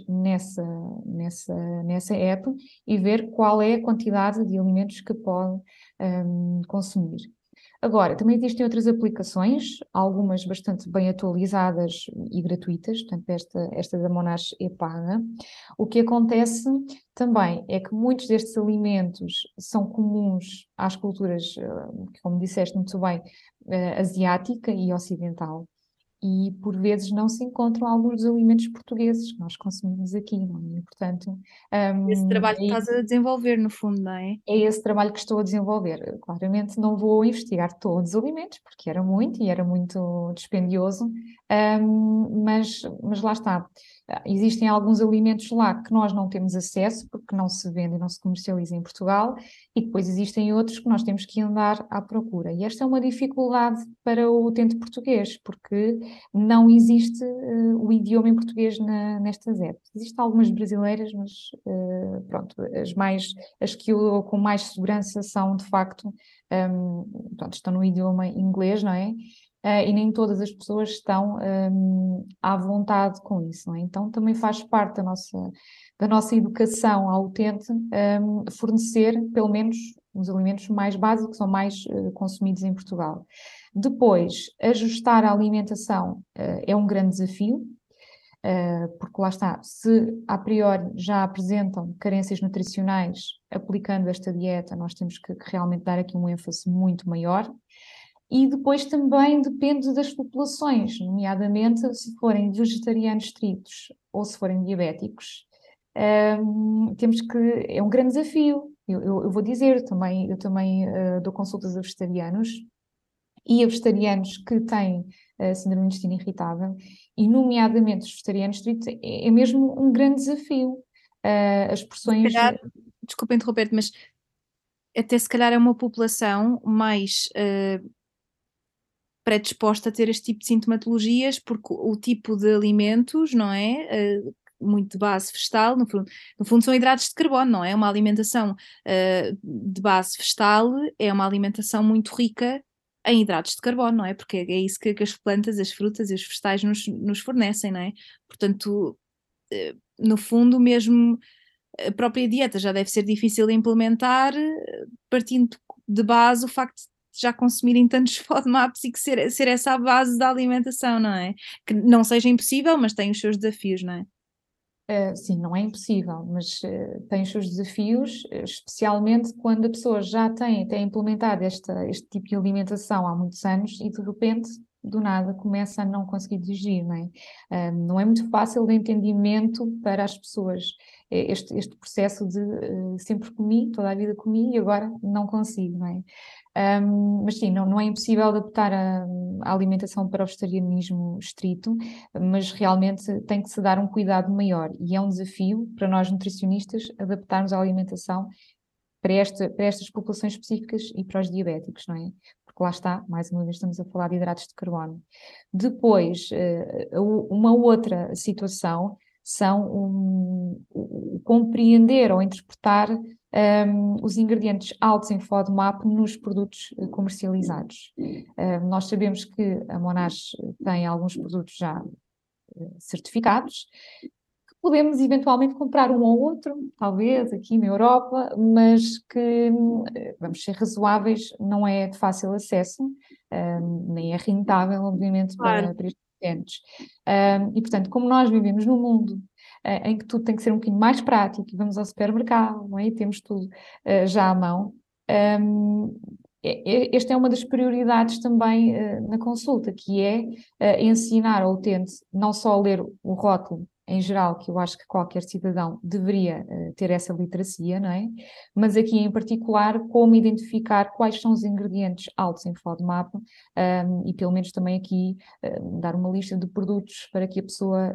nessa app e ver qual é a quantidade de alimentos que pode consumir. Agora, também existem outras aplicações, algumas bastante bem atualizadas e gratuitas, portanto, esta da Monash é paga. O que acontece também é que muitos destes alimentos são comuns às culturas, como disseste muito bem, asiática e ocidental. E por vezes não se encontram alguns dos alimentos portugueses que nós consumimos aqui, não é? E, portanto, Esse trabalho que estás a desenvolver, no fundo, não é? é esse trabalho que estou a desenvolver. Claramente não vou investigar todos os alimentos, porque era muito e era muito dispendioso, mas lá está. Existem alguns alimentos lá que nós não temos acesso, porque não se vendem, não se comercializam em Portugal, e depois existem outros que nós temos que andar à procura. E esta é uma dificuldade para o utente português, porque não existe o idioma em português nestas apps. Existem algumas brasileiras, mas pronto, as que eu dou com mais segurança são, de facto, pronto, estão no idioma inglês, não é? E nem todas as pessoas estão à vontade com isso, não é? Então também faz parte da nossa educação ao utente fornecer, pelo menos, os alimentos mais básicos ou mais consumidos em Portugal. Depois, ajustar a alimentação é um grande desafio, porque lá está, se a priori já apresentam carências nutricionais aplicando esta dieta, nós temos que realmente dar aqui um ênfase muito maior. E depois também depende das populações, nomeadamente se forem vegetarianos estritos ou se forem diabéticos. Temos que. É um grande desafio. Eu vou dizer também, eu também dou consultas a vegetarianos e a vegetarianos que têm síndrome do intestino irritável, e nomeadamente os vegetarianos estritos, é mesmo um grande desafio. As Se porções. calhar, desculpa interromper-te, mas até se calhar é uma população mais predisposta a ter este tipo de sintomatologias, porque o tipo de alimentos, não é? Muito de base vegetal, no fundo são hidratos de carbono, não é? Uma alimentação de base vegetal é uma alimentação muito rica em hidratos de carbono, não é? Porque é isso que as plantas, as frutas e os vegetais nos fornecem, não é? Portanto, no fundo, mesmo a própria dieta já deve ser difícil de implementar, partindo de base o facto de já consumirem tantos FODMAPs e que ser essa a base da alimentação, não é? Que não seja impossível, mas tem os seus desafios, não é? Sim, não é impossível, mas tem os seus desafios, especialmente quando a pessoa já tem implementado este tipo de alimentação há muitos anos e de repente, do nada, começa a não conseguir digerir, não é? Não é muito fácil de entendimento para as pessoas, este processo de sempre comi, toda a vida comi e agora não consigo, não é? Mas sim, não é impossível adaptar a alimentação para o vegetarianismo estrito, mas realmente tem que se dar um cuidado maior e é um desafio para nós nutricionistas adaptarmos a alimentação para estas populações específicas e para os diabéticos, não é? Porque lá está, mais uma vez estamos a falar de hidratos de carbono. Depois, uma outra situação são o compreender ou interpretar os ingredientes altos em FODMAP nos produtos comercializados. Nós sabemos que a Monash tem alguns produtos já certificados, que podemos eventualmente comprar um ou outro, talvez aqui na Europa, mas que, vamos ser razoáveis, não é de fácil acesso, nem é rentável, obviamente, Claro. para estes clientes. E, portanto, como nós vivemos num mundo em que tudo tem que ser um bocadinho mais prático, e vamos ao supermercado, não é? E temos tudo já à mão. Esta é uma das prioridades também na consulta, que é ensinar ao utente não só a ler o rótulo em geral, que eu acho que qualquer cidadão deveria ter essa literacia, não é? Mas aqui em particular, como identificar quais são os ingredientes altos em FODMAP, e pelo menos também aqui dar uma lista de produtos para que a pessoa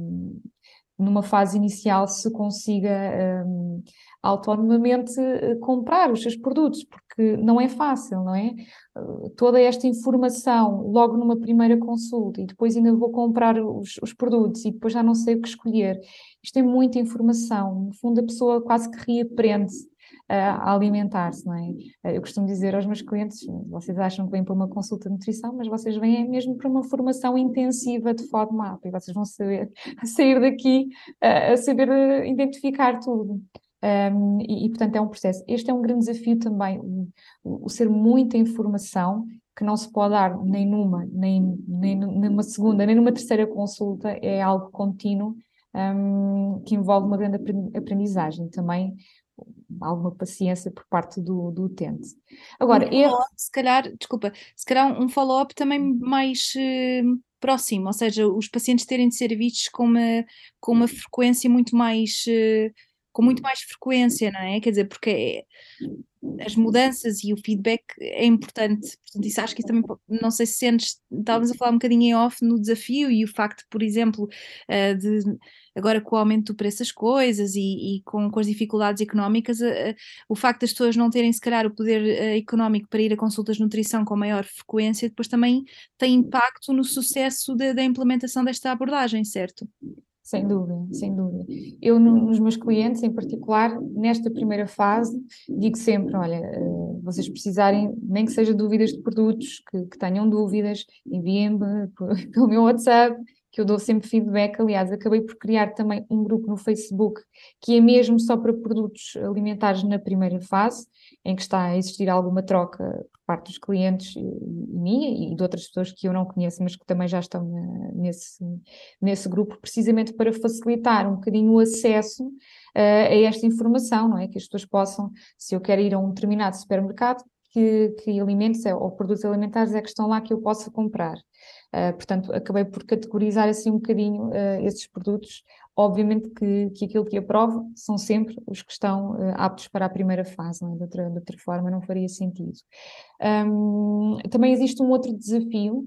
numa fase inicial se consiga autonomamente comprar os seus produtos, porque não é fácil, não é? Toda esta informação logo numa primeira consulta e depois ainda vou comprar os produtos e depois já não sei o que escolher. Isto é muita informação, no fundo a pessoa quase que reaprende a alimentar-se, não é? Eu costumo dizer aos meus clientes, vocês acham que vêm para uma consulta de nutrição, mas vocês vêm mesmo para uma formação intensiva de FODMAP e vocês vão saber sair daqui a saber identificar tudo. Portanto, é um processo. Este é um grande desafio também, o ser muita informação que não se pode dar nem nem numa segunda, nem numa terceira consulta, é algo contínuo, que envolve uma grande aprendizagem também, alguma paciência por parte do utente. Agora, Se calhar, desculpa, se calhar um follow-up também mais próximo, ou seja, os pacientes terem de ser vistos com uma frequência muito mais, com muito mais frequência, não é? Quer dizer, porque as mudanças e o feedback é importante. Portanto, isso acho que isso também, não sei se sentes, estávamos a falar um bocadinho em off no desafio e o facto, por exemplo, de agora com o aumento do preço das coisas e com as dificuldades económicas, o facto das pessoas não terem, se calhar, o poder económico para ir a consultas de nutrição com maior frequência, depois também tem impacto no sucesso da implementação desta abordagem, certo? sem dúvida, sem dúvida. Eu, nos meus clientes, em particular, nesta primeira fase, digo sempre: olha, vocês precisarem, nem que seja dúvidas de produtos, que tenham dúvidas, enviem-me pelo meu WhatsApp, que eu dou sempre feedback. Aliás, acabei por criar também um grupo no Facebook, que é mesmo só para produtos alimentares na primeira fase, em que está a existir alguma troca por parte dos clientes e minha e de outras pessoas que eu não conheço, mas que também já estão nesse grupo, precisamente para facilitar um bocadinho o acesso a esta informação, não é? Que as pessoas possam, se eu quero ir a um determinado supermercado, que alimentos ou produtos alimentares é que estão lá que eu possa comprar. Portanto, acabei por categorizar assim um bocadinho esses produtos. Obviamente que aquilo que aprovo são sempre os que estão aptos para a primeira fase, não é? De outra forma não faria sentido. Também existe um outro desafio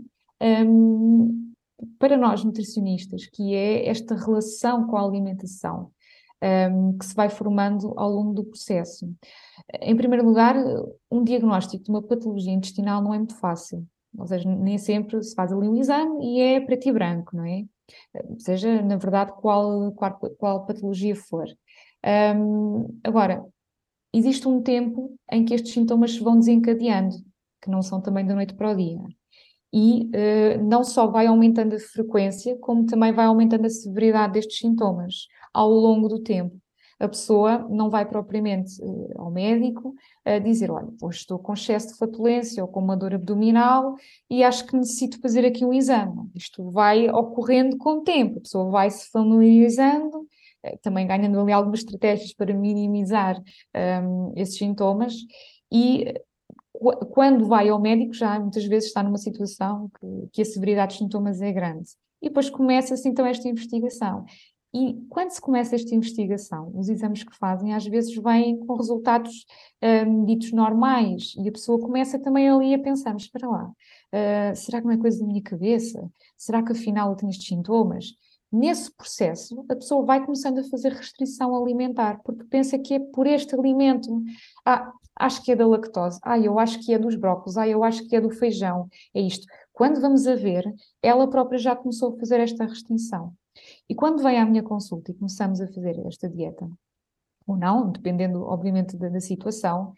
para nós nutricionistas, que é esta relação com a alimentação, que se vai formando ao longo do processo. Em primeiro lugar, um diagnóstico de uma patologia intestinal não é muito fácil. Ou seja, nem sempre se faz ali um exame e é preto e branco, não é? Seja, na verdade, qual patologia for. Agora, existe um tempo em que estes sintomas se vão desencadeando, que não são também da noite para o dia. e não só vai aumentando a frequência, como também vai aumentando a severidade destes sintomas ao longo do tempo. A pessoa não vai propriamente ao médico dizer, olha, hoje estou com excesso de flatulência ou com uma dor abdominal e acho que necessito fazer aqui um exame. Isto vai ocorrendo com o tempo, a pessoa vai se familiarizando, também ganhando ali algumas estratégias para minimizar esses sintomas e quando vai ao médico já muitas vezes está numa situação que a severidade dos sintomas é grande. E depois começa-se então esta investigação. E quando se começa esta investigação, os exames que fazem às vezes vêm com resultados ditos normais e a pessoa começa também ali a pensar, mas espera lá, será que não é coisa da minha cabeça? Será que afinal eu tenho estes sintomas? Nesse processo, a pessoa vai começando a fazer restrição alimentar, porque pensa que é por este alimento. Acho que é da lactose, eu acho que é dos brócolos, eu acho que é do feijão, é isto. Quando vamos a ver, ela própria já começou a fazer esta restrição. E quando vem à minha consulta e começamos a fazer esta dieta, ou não, dependendo, obviamente, da situação,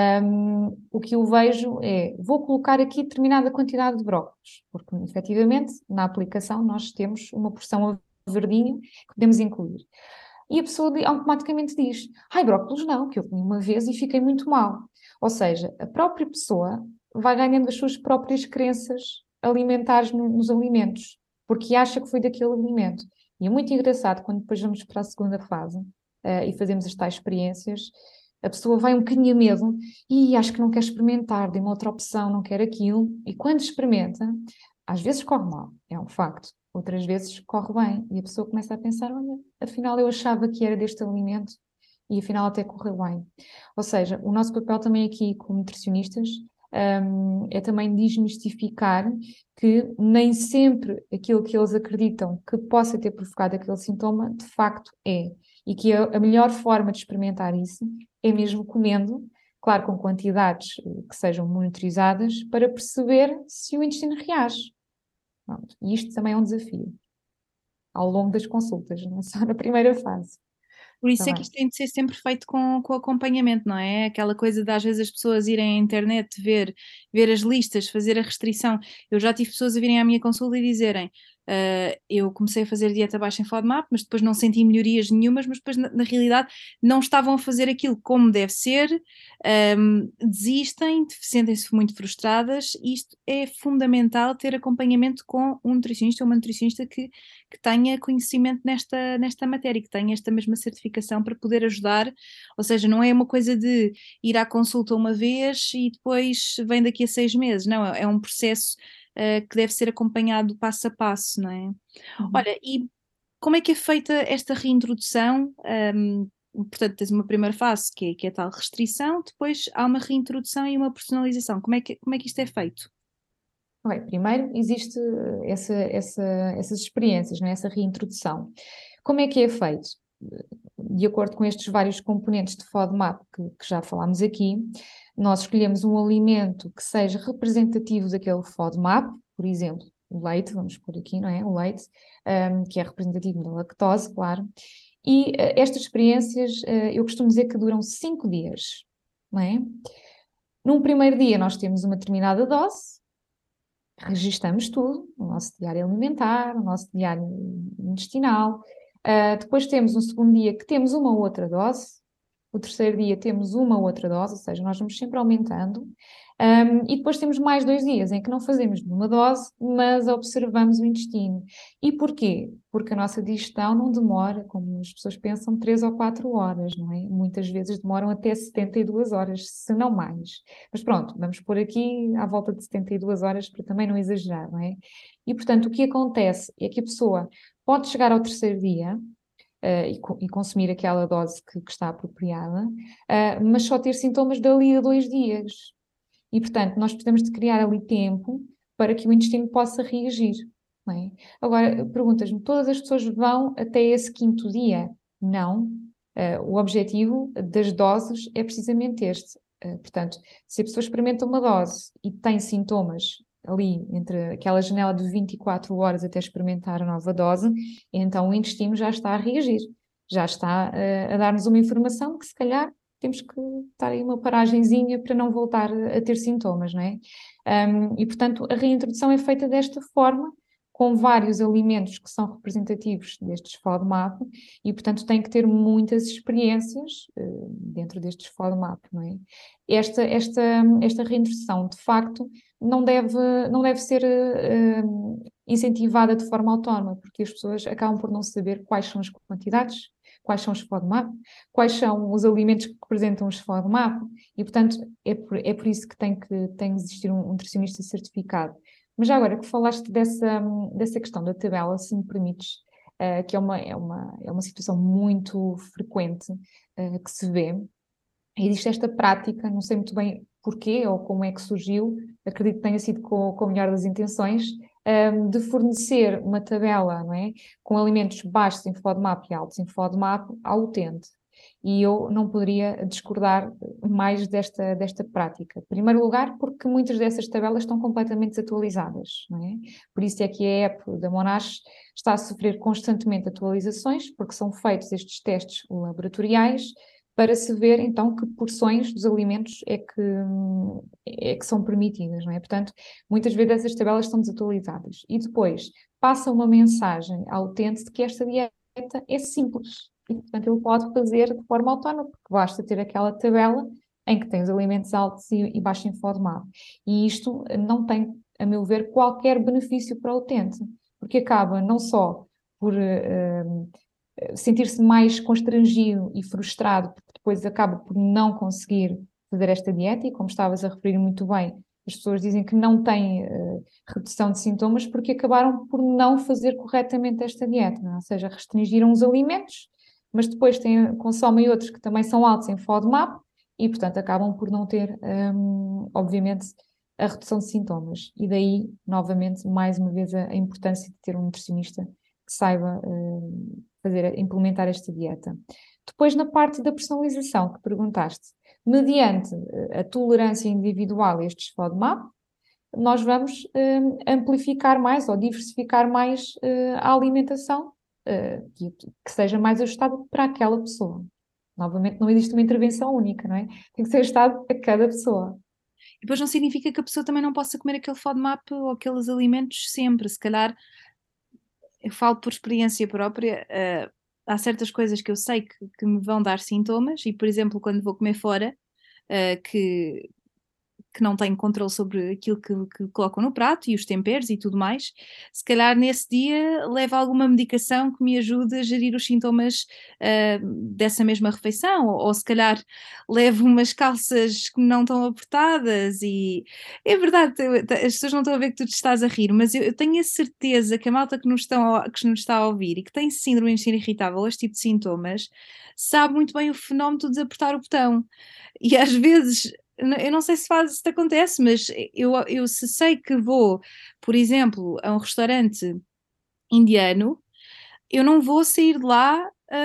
o que eu vejo é, vou colocar aqui determinada quantidade de brócolos, porque, efetivamente, na aplicação nós temos uma porção a verdinho que podemos incluir. E a pessoa automaticamente diz, brócolos não, que eu comi uma vez e fiquei muito mal. Ou seja, a própria pessoa vai ganhando as suas próprias crenças alimentares nos alimentos, porque acha que foi daquele alimento. E é muito engraçado quando depois vamos para a segunda fase, e fazemos as tais experiências, a pessoa vai um bocadinho a medo e acho que não quer experimentar, dê uma outra opção, não quer aquilo. E quando experimenta, às vezes corre mal, é um facto. Outras vezes corre bem e a pessoa começa a pensar, olha, afinal eu achava que era deste alimento e afinal até correu bem. Ou seja, o nosso papel também aqui como nutricionistas, é também desmistificar que nem sempre aquilo que eles acreditam que possa ter provocado aquele sintoma, de facto é. E que a melhor forma de experimentar isso é mesmo comendo, claro, com quantidades que sejam monitorizadas, para perceber se o intestino reage. Pronto. E isto também é um desafio ao longo das consultas, não é só na primeira fase. Por isso é que Também. isto tem de ser sempre feito com acompanhamento, não é? Aquela coisa de às vezes as pessoas irem à internet ver as listas, fazer a restrição. Eu já tive pessoas a virem à minha consulta e dizerem eu comecei a fazer dieta baixa em FODMAP, mas depois não senti melhorias nenhumas, mas depois na realidade não estavam a fazer aquilo como deve ser, desistem, sentem-se muito frustradas e isto é fundamental ter acompanhamento com um nutricionista ou uma nutricionista que tenha conhecimento nesta matéria, que tenha esta mesma certificação para poder ajudar, ou seja, não é uma coisa de ir à consulta uma vez e depois vem daqui a 6 meses, não, é um processo que deve ser acompanhado passo a passo, não é? Uhum. Olha, e como é que é feita esta reintrodução? Portanto, tens uma primeira fase que é a tal restrição, depois há uma reintrodução e uma personalização. Como é que isto é feito? Bem, primeiro existe essas experiências, né? Essa reintrodução. Como é que é feito? De acordo com estes vários componentes de FODMAP que já falámos aqui, nós escolhemos um alimento que seja representativo daquele FODMAP, por exemplo, o leite, vamos pôr aqui, não é? O leite, que é representativo da lactose, claro. E estas experiências, eu costumo dizer que duram 5 dias, não é? Num primeiro dia nós temos uma determinada dose, registamos tudo, o nosso diário alimentar, o nosso diário intestinal. Depois temos um segundo dia que temos uma outra dose, o terceiro dia temos uma outra dose, ou seja, nós vamos sempre aumentando. E depois temos mais 2 dias em que não fazemos nenhuma dose, mas observamos o intestino. E porquê? Porque a nossa digestão não demora, como as pessoas pensam, 3 ou 4 horas, não é? Muitas vezes demoram até 72 horas, se não mais. Mas pronto, vamos pôr aqui à volta de 72 horas para também não exagerar, não é? E portanto, o que acontece é que a pessoa pode chegar ao terceiro dia, e consumir aquela dose que está apropriada, mas só ter sintomas dali a 2 dias. E, portanto, nós precisamos de criar ali tempo para que o intestino possa reagir. Não é? Agora, perguntas-me, todas as pessoas vão até esse quinto dia? Não. O objetivo das doses é precisamente este. Portanto, se a pessoa experimenta uma dose e tem sintomas ali entre aquela janela de 24 horas até experimentar a nova dose, então o intestino já está a reagir, já está a dar-nos uma informação que se calhar temos que dar aí uma paragenzinha para não voltar a ter sintomas, não é? E, portanto, a reintrodução é feita desta forma, com vários alimentos que são representativos destes FODMAP e, portanto, tem que ter muitas experiências dentro destes FODMAP, não é? Esta reintrodução, de facto, não deve ser incentivada de forma autónoma, porque as pessoas acabam por não saber quais são as quantidades, quais são os FODMAP, quais são os alimentos que representam os FODMAP, e, portanto, é por isso que tem que existir um nutricionista certificado. Mas já agora que falaste dessa questão da tabela, se me permites, que é uma situação muito frequente, que se vê, existe esta prática, não sei muito bem porquê ou como é que surgiu, acredito que tenha sido com a melhor das intenções, de fornecer uma tabela, não é? Com alimentos baixos em FODMAP e altos em FODMAP ao utente. E eu não poderia discordar mais desta prática. Em primeiro lugar, porque muitas dessas tabelas estão completamente desatualizadas, não é? Por isso é que a app da Monash está a sofrer constantemente atualizações, porque são feitos estes testes laboratoriais para se ver então que porções dos alimentos é que são permitidas, não é? Portanto, muitas vezes essas tabelas estão desatualizadas. E depois passa uma mensagem ao utente de que esta dieta é simples e, portanto, ele pode fazer de forma autónoma, porque basta ter aquela tabela em que tem os alimentos altos e baixos em FODMAP. E isto não tem, a meu ver, qualquer benefício para o utente, porque acaba não só por sentir-se mais constrangido e frustrado, porque depois acaba por não conseguir fazer esta dieta, e como estavas a referir muito bem, as pessoas dizem que não têm redução de sintomas porque acabaram por não fazer corretamente esta dieta, não é? Ou seja, restringiram os alimentos, mas depois consomem outros que também são altos em FODMAP e, portanto, acabam por não ter, obviamente, a redução de sintomas. E daí, novamente, mais uma vez, a importância de ter um nutricionista que saiba implementar esta dieta. Depois, na parte da personalização que perguntaste, mediante a tolerância individual a estes FODMAP, nós vamos amplificar mais ou diversificar mais a alimentação que seja mais ajustada para aquela pessoa. Novamente, não existe uma intervenção única, não é? Tem que ser ajustado a cada pessoa. E depois não significa que a pessoa também não possa comer aquele FODMAP ou aqueles alimentos sempre. Se calhar, eu falo por experiência própria, há certas coisas que eu sei que me vão dar sintomas e, por exemplo, quando vou comer fora, que não tenho controle sobre aquilo que colocam no prato e os temperos e tudo mais, se calhar nesse dia levo alguma medicação que me ajude a gerir os sintomas dessa mesma refeição, ou se calhar levo umas calças que não estão apertadas e é verdade, as pessoas não estão a ver que tu te estás a rir, mas eu tenho a certeza que a malta que nos está a ouvir e que tem síndrome de intestino irritável, este tipo de sintomas, sabe muito bem o fenómeno de desapertar o botão. E às vezes eu não sei se te acontece, mas eu se sei que vou, por exemplo, a um restaurante indiano, eu não vou sair de lá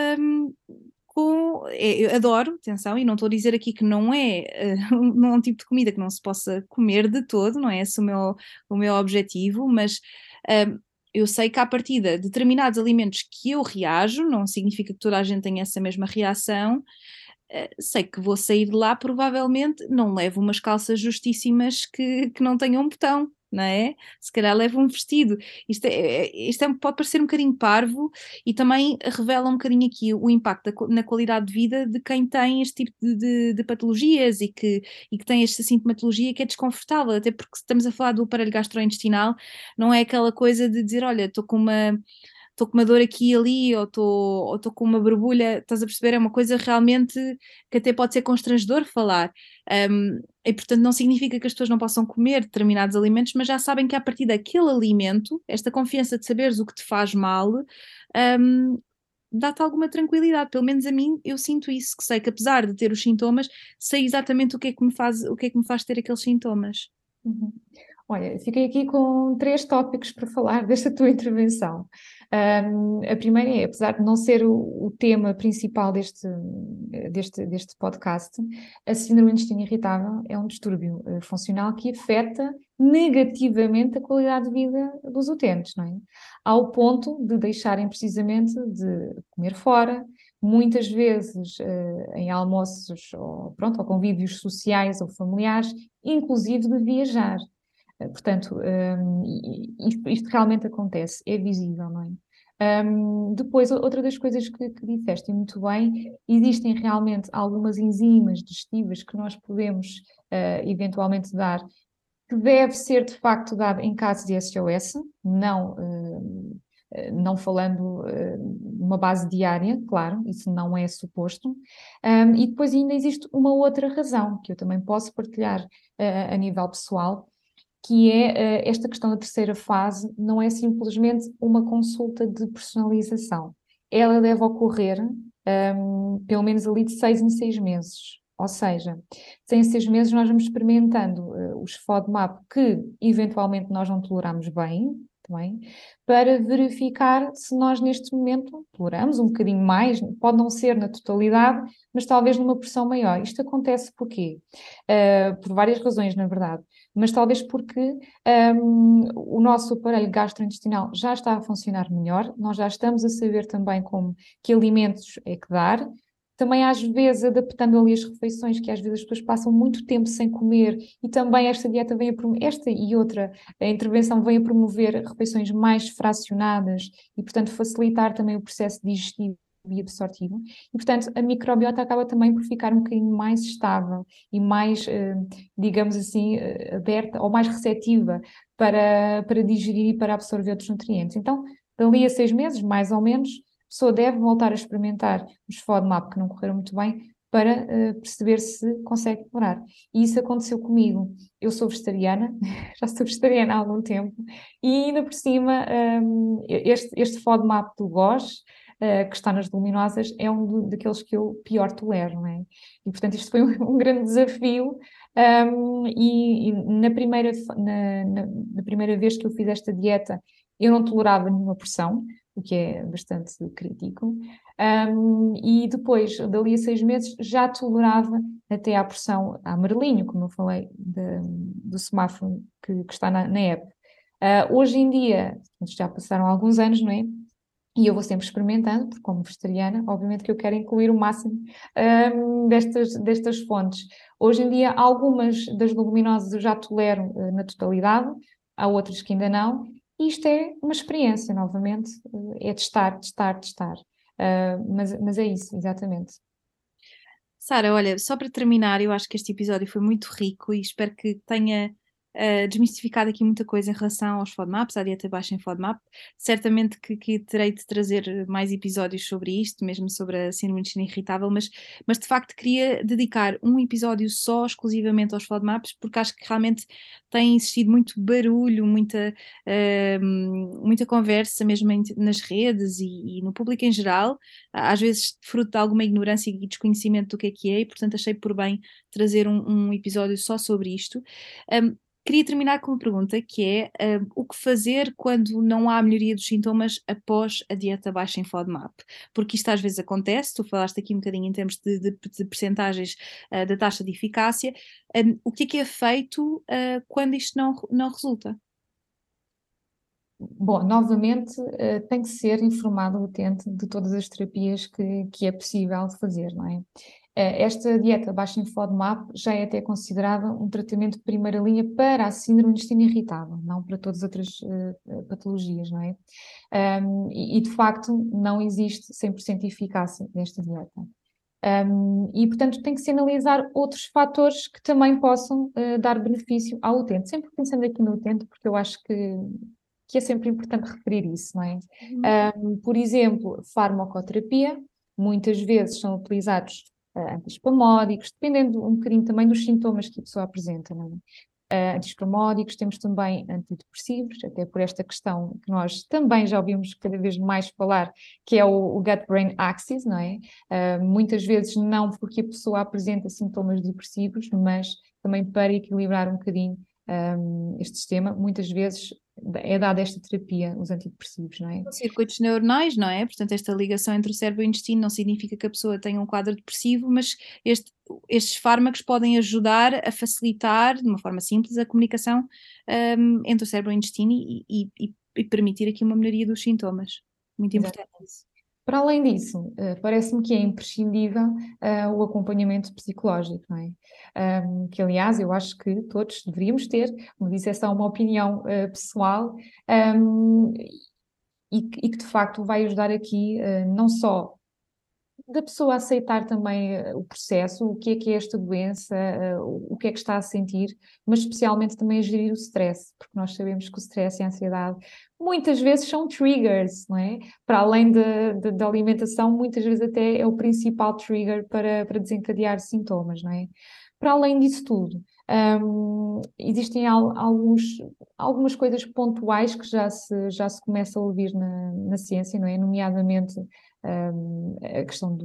eu adoro, atenção, e não estou a dizer aqui que não é, não é um tipo de comida que não se possa comer de todo, não é esse o meu objetivo, mas eu sei que à partida determinados alimentos que eu reajo, não significa que toda a gente tenha essa mesma reação, sei que vou sair de lá, provavelmente não levo umas calças justíssimas que não tenham um botão, não é? Se calhar levo um vestido. Pode parecer um bocadinho parvo e também revela um bocadinho aqui o impacto na qualidade de vida de quem tem este tipo de patologias e que tem esta sintomatologia que é desconfortável, até porque estamos a falar do aparelho gastrointestinal, não é aquela coisa de dizer, olha, estou com uma dor aqui e ali, ou estou com uma borbulha, estás a perceber? É uma coisa realmente que até pode ser constrangedor falar. E portanto não significa que as pessoas não possam comer determinados alimentos, mas já sabem que a partir daquele alimento, esta confiança de saberes o que te faz mal, dá-te alguma tranquilidade. Pelo menos a mim eu sinto isso, que sei que apesar de ter os sintomas, sei exatamente o que é que me faz ter aqueles sintomas. Uhum. Olha, fiquei aqui com 3 tópicos para falar desta tua intervenção. A primeira é, apesar de não ser o tema principal deste podcast, a síndrome do intestino irritável é um distúrbio funcional que afeta negativamente a qualidade de vida dos utentes, não é? Ao ponto de deixarem precisamente de comer fora, muitas vezes em almoços ou convívios sociais ou familiares, inclusive de viajar. Portanto, isto realmente acontece, é visível, não é? Depois, outra das coisas que disseste e muito bem, existem realmente algumas enzimas digestivas que nós podemos eventualmente dar, que deve ser de facto dado em caso de SOS, não falando de uma base diária, claro, isso não é suposto. E depois ainda existe uma outra razão que eu também posso partilhar a nível pessoal, que é esta questão da terceira fase, não é simplesmente uma consulta de personalização. Ela deve ocorrer, pelo menos ali de 6 em 6 meses. Ou seja, em 6 meses nós vamos experimentando os FODMAP que eventualmente nós não toleramos bem, também, para verificar se nós neste momento toleramos um bocadinho mais, pode não ser na totalidade, mas talvez numa pressão maior. Isto acontece por quê? Por várias razões, na verdade, mas talvez porque o nosso aparelho gastrointestinal já está a funcionar melhor, nós já estamos a saber também como que alimentos é que dar. Também, às vezes, adaptando ali as refeições, que às vezes as pessoas passam muito tempo sem comer, e também esta dieta vem esta e outra, a intervenção vem a promover refeições mais fracionadas e, portanto, facilitar também o processo digestivo e absortivo. E, portanto, a microbiota acaba também por ficar um bocadinho mais estável e mais, digamos assim, aberta ou mais receptiva para digerir e para absorver outros nutrientes. Então, dali a 6 meses, mais ou menos, a pessoa deve voltar a experimentar os FODMAP que não correram muito bem para perceber se consegue melhorar. E isso aconteceu comigo. Eu sou vegetariana, já sou vegetariana há algum tempo, e ainda por cima, este FODMAP do GOS, que está nas leguminosas, é daqueles que eu pior tolero, não é? E, portanto, isto foi um grande desafio. E na primeira vez que eu fiz esta dieta, eu não tolerava nenhuma pressão, o que é bastante crítico. E depois, dali a 6 meses, já tolerava até à pressão amarelinho, como eu falei, do semáforo que está na app. Hoje em dia, já passaram alguns anos, não é? E eu vou sempre experimentando, porque como vegetariana, obviamente que eu quero incluir o máximo destas fontes. Hoje em dia, algumas das leguminosas eu já tolero na totalidade, há outras que ainda não. E isto é uma experiência, novamente, é testar, testar, testar. Mas é isso, exatamente. Sara, olha, só para terminar, eu acho que este episódio foi muito rico e espero que tenha desmistificado aqui muita coisa em relação aos FODMAPs, à dieta baixa em FODMAP. Certamente que terei de trazer mais episódios sobre isto, mesmo sobre a síndrome de intestino irritável, mas de facto queria dedicar um episódio só exclusivamente aos FODMAPs, porque acho que realmente tem existido muito barulho, muita conversa mesmo nas redes e no público em geral, às vezes fruto de alguma ignorância e desconhecimento do que é, e portanto achei por bem trazer um episódio só sobre isto. Queria terminar com uma pergunta que é o que fazer quando não há melhoria dos sintomas após a dieta baixa em FODMAP? Porque isto às vezes acontece, tu falaste aqui um bocadinho em termos de percentagens da taxa de eficácia. O que é feito quando isto não resulta? Bom, novamente, tem que ser informado o utente de todas as terapias que é possível fazer, não é? Esta dieta baixa em FODMAP já é até considerada um tratamento de primeira linha para a síndrome do intestino irritável, não para todas as outras patologias, não é? E de facto não existe 100% de eficácia nesta dieta. E, portanto, tem que se analisar outros fatores que também possam dar benefício ao utente. Sempre pensando aqui no utente, porque eu acho que é sempre importante referir isso, não é? Por exemplo, farmacoterapia, muitas vezes são utilizados antispamódicos, dependendo um bocadinho também dos sintomas que a pessoa apresenta, não é? Antispamódicos, temos também antidepressivos, até por esta questão que nós também já ouvimos cada vez mais falar, que é o gut-brain axis, não é? Muitas vezes não porque a pessoa apresenta sintomas depressivos, mas também para equilibrar um bocadinho este sistema, muitas vezes é dada esta terapia, os antidepressivos, não é? São circuitos neuronais, não é? Portanto, esta ligação entre o cérebro e o intestino não significa que a pessoa tenha um quadro depressivo, mas estes fármacos podem ajudar a facilitar, de uma forma simples, a comunicação entre o cérebro e o intestino e permitir aqui uma melhoria dos sintomas. Muito Exato. importante isso. Para além disso, parece-me que é imprescindível o acompanhamento psicológico, não é? Que, aliás, eu acho que todos deveríamos ter, como disse, é só uma opinião pessoal, e que de facto vai ajudar aqui não só da pessoa aceitar também o processo, o que é esta doença, o que é que está a sentir, mas especialmente também a gerir o stress, porque nós sabemos que o stress e a ansiedade muitas vezes são triggers, não é? Para além da alimentação, muitas vezes até é o principal trigger para desencadear sintomas, não é? Para além disso tudo, existem algumas coisas pontuais que já se começa a ouvir na ciência, não é? Nomeadamente a questão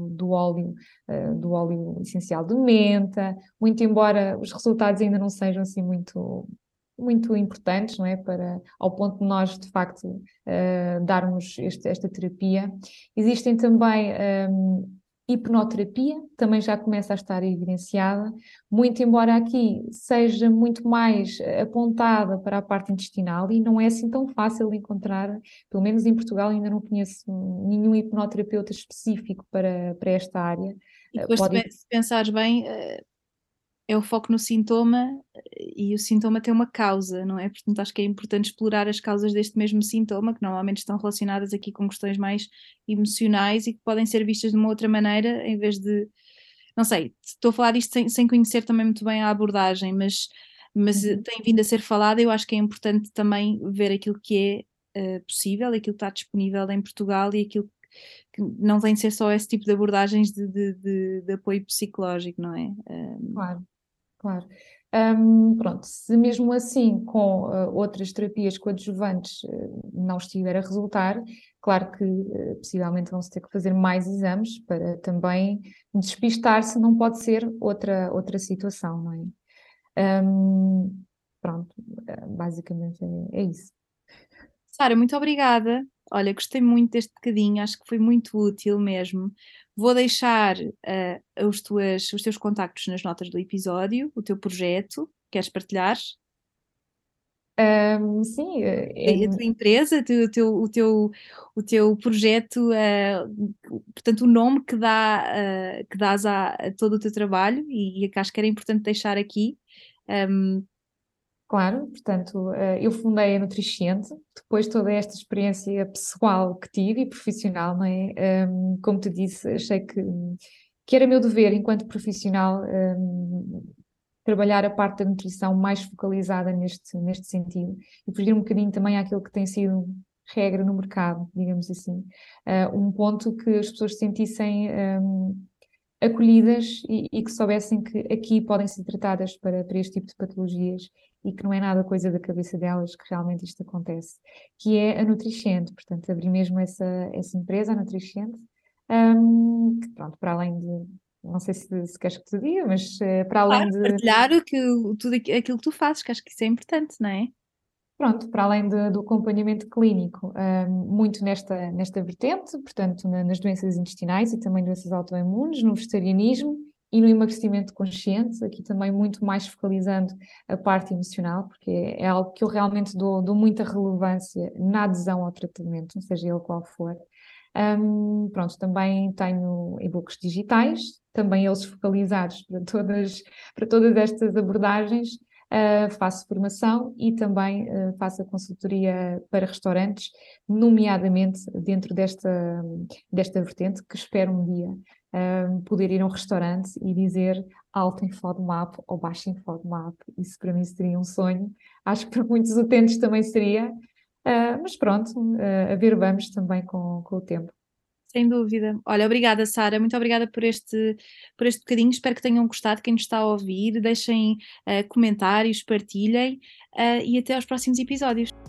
do óleo essencial de menta, muito embora os resultados ainda não sejam assim muito importantes, não é? Ao ponto de nós, de facto, darmos esta terapia. Existem também hipnoterapia, também já começa a estar evidenciada, muito embora aqui seja muito mais apontada para a parte intestinal e não é assim tão fácil de encontrar, pelo menos em Portugal ainda não conheço nenhum hipnoterapeuta específico para esta área. E depois, Pode. se pensares bem, é o foco no sintoma e o sintoma tem uma causa, não é? Portanto, acho que é importante explorar as causas deste mesmo sintoma, que normalmente estão relacionadas aqui com questões mais emocionais e que podem ser vistas de uma outra maneira, em vez de, não sei, estou a falar disto sem conhecer também muito bem a abordagem, mas tem vindo a ser falada. Eu acho que é importante também ver aquilo que é possível, aquilo que está disponível em Portugal e aquilo que não tem de ser só esse tipo de abordagens de apoio psicológico, não é? Claro. Claro. Pronto, se mesmo assim com outras terapias coadjuvantes não estiver a resultar, claro que possivelmente vão-se ter que fazer mais exames para também despistar se não pode ser outra situação, não é? Pronto, basicamente é isso. Sara, muito obrigada. Olha, gostei muito deste bocadinho, acho que foi muito útil mesmo. Vou deixar os teus contactos nas notas do episódio, o teu projeto, queres partilhar? Sim, A tua empresa, o teu projeto, portanto, o nome que dás a todo o teu trabalho e que acho que era importante deixar aqui. claro, portanto, eu fundei a Nutriciente, depois de toda esta experiência pessoal que tive e profissional, não é? Como te disse, achei que era meu dever, enquanto profissional, trabalhar a parte da nutrição mais focalizada neste sentido e fugir um bocadinho também àquilo que tem sido regra no mercado, digamos assim. Um ponto que as pessoas se sentissem acolhidas e que soubessem que aqui podem ser tratadas para este tipo de patologias e que não é nada coisa da cabeça delas que realmente isto acontece, que é a Nutricient, portanto, abri mesmo essa empresa, a Nutricient, que pronto, para além de, não sei se queres que te diga, mas para além de, Partilhar tudo aquilo que tu fazes, que acho que isso é importante, não é? pronto, para além do acompanhamento clínico, muito nesta vertente, portanto, nas doenças intestinais e também doenças autoimunes, no vegetarianismo e no emagrecimento consciente, aqui também muito mais focalizando a parte emocional, porque é algo que eu realmente dou muita relevância na adesão ao tratamento, seja ele qual for. Pronto, também tenho e-books digitais, também eles focalizados para todas estas abordagens. Faço formação e também faço a consultoria para restaurantes, nomeadamente dentro desta vertente, que espero um dia poder ir a um restaurante e dizer alto em FODMAP ou baixo em FODMAP. Isso para mim seria um sonho. Acho que para muitos utentes também seria. Mas pronto, a ver vamos também com o tempo. Sem dúvida. Olha, obrigada, Sara. Muito obrigada por este bocadinho. Espero que tenham gostado. Quem nos está a ouvir, deixem comentários, partilhem e até aos próximos episódios.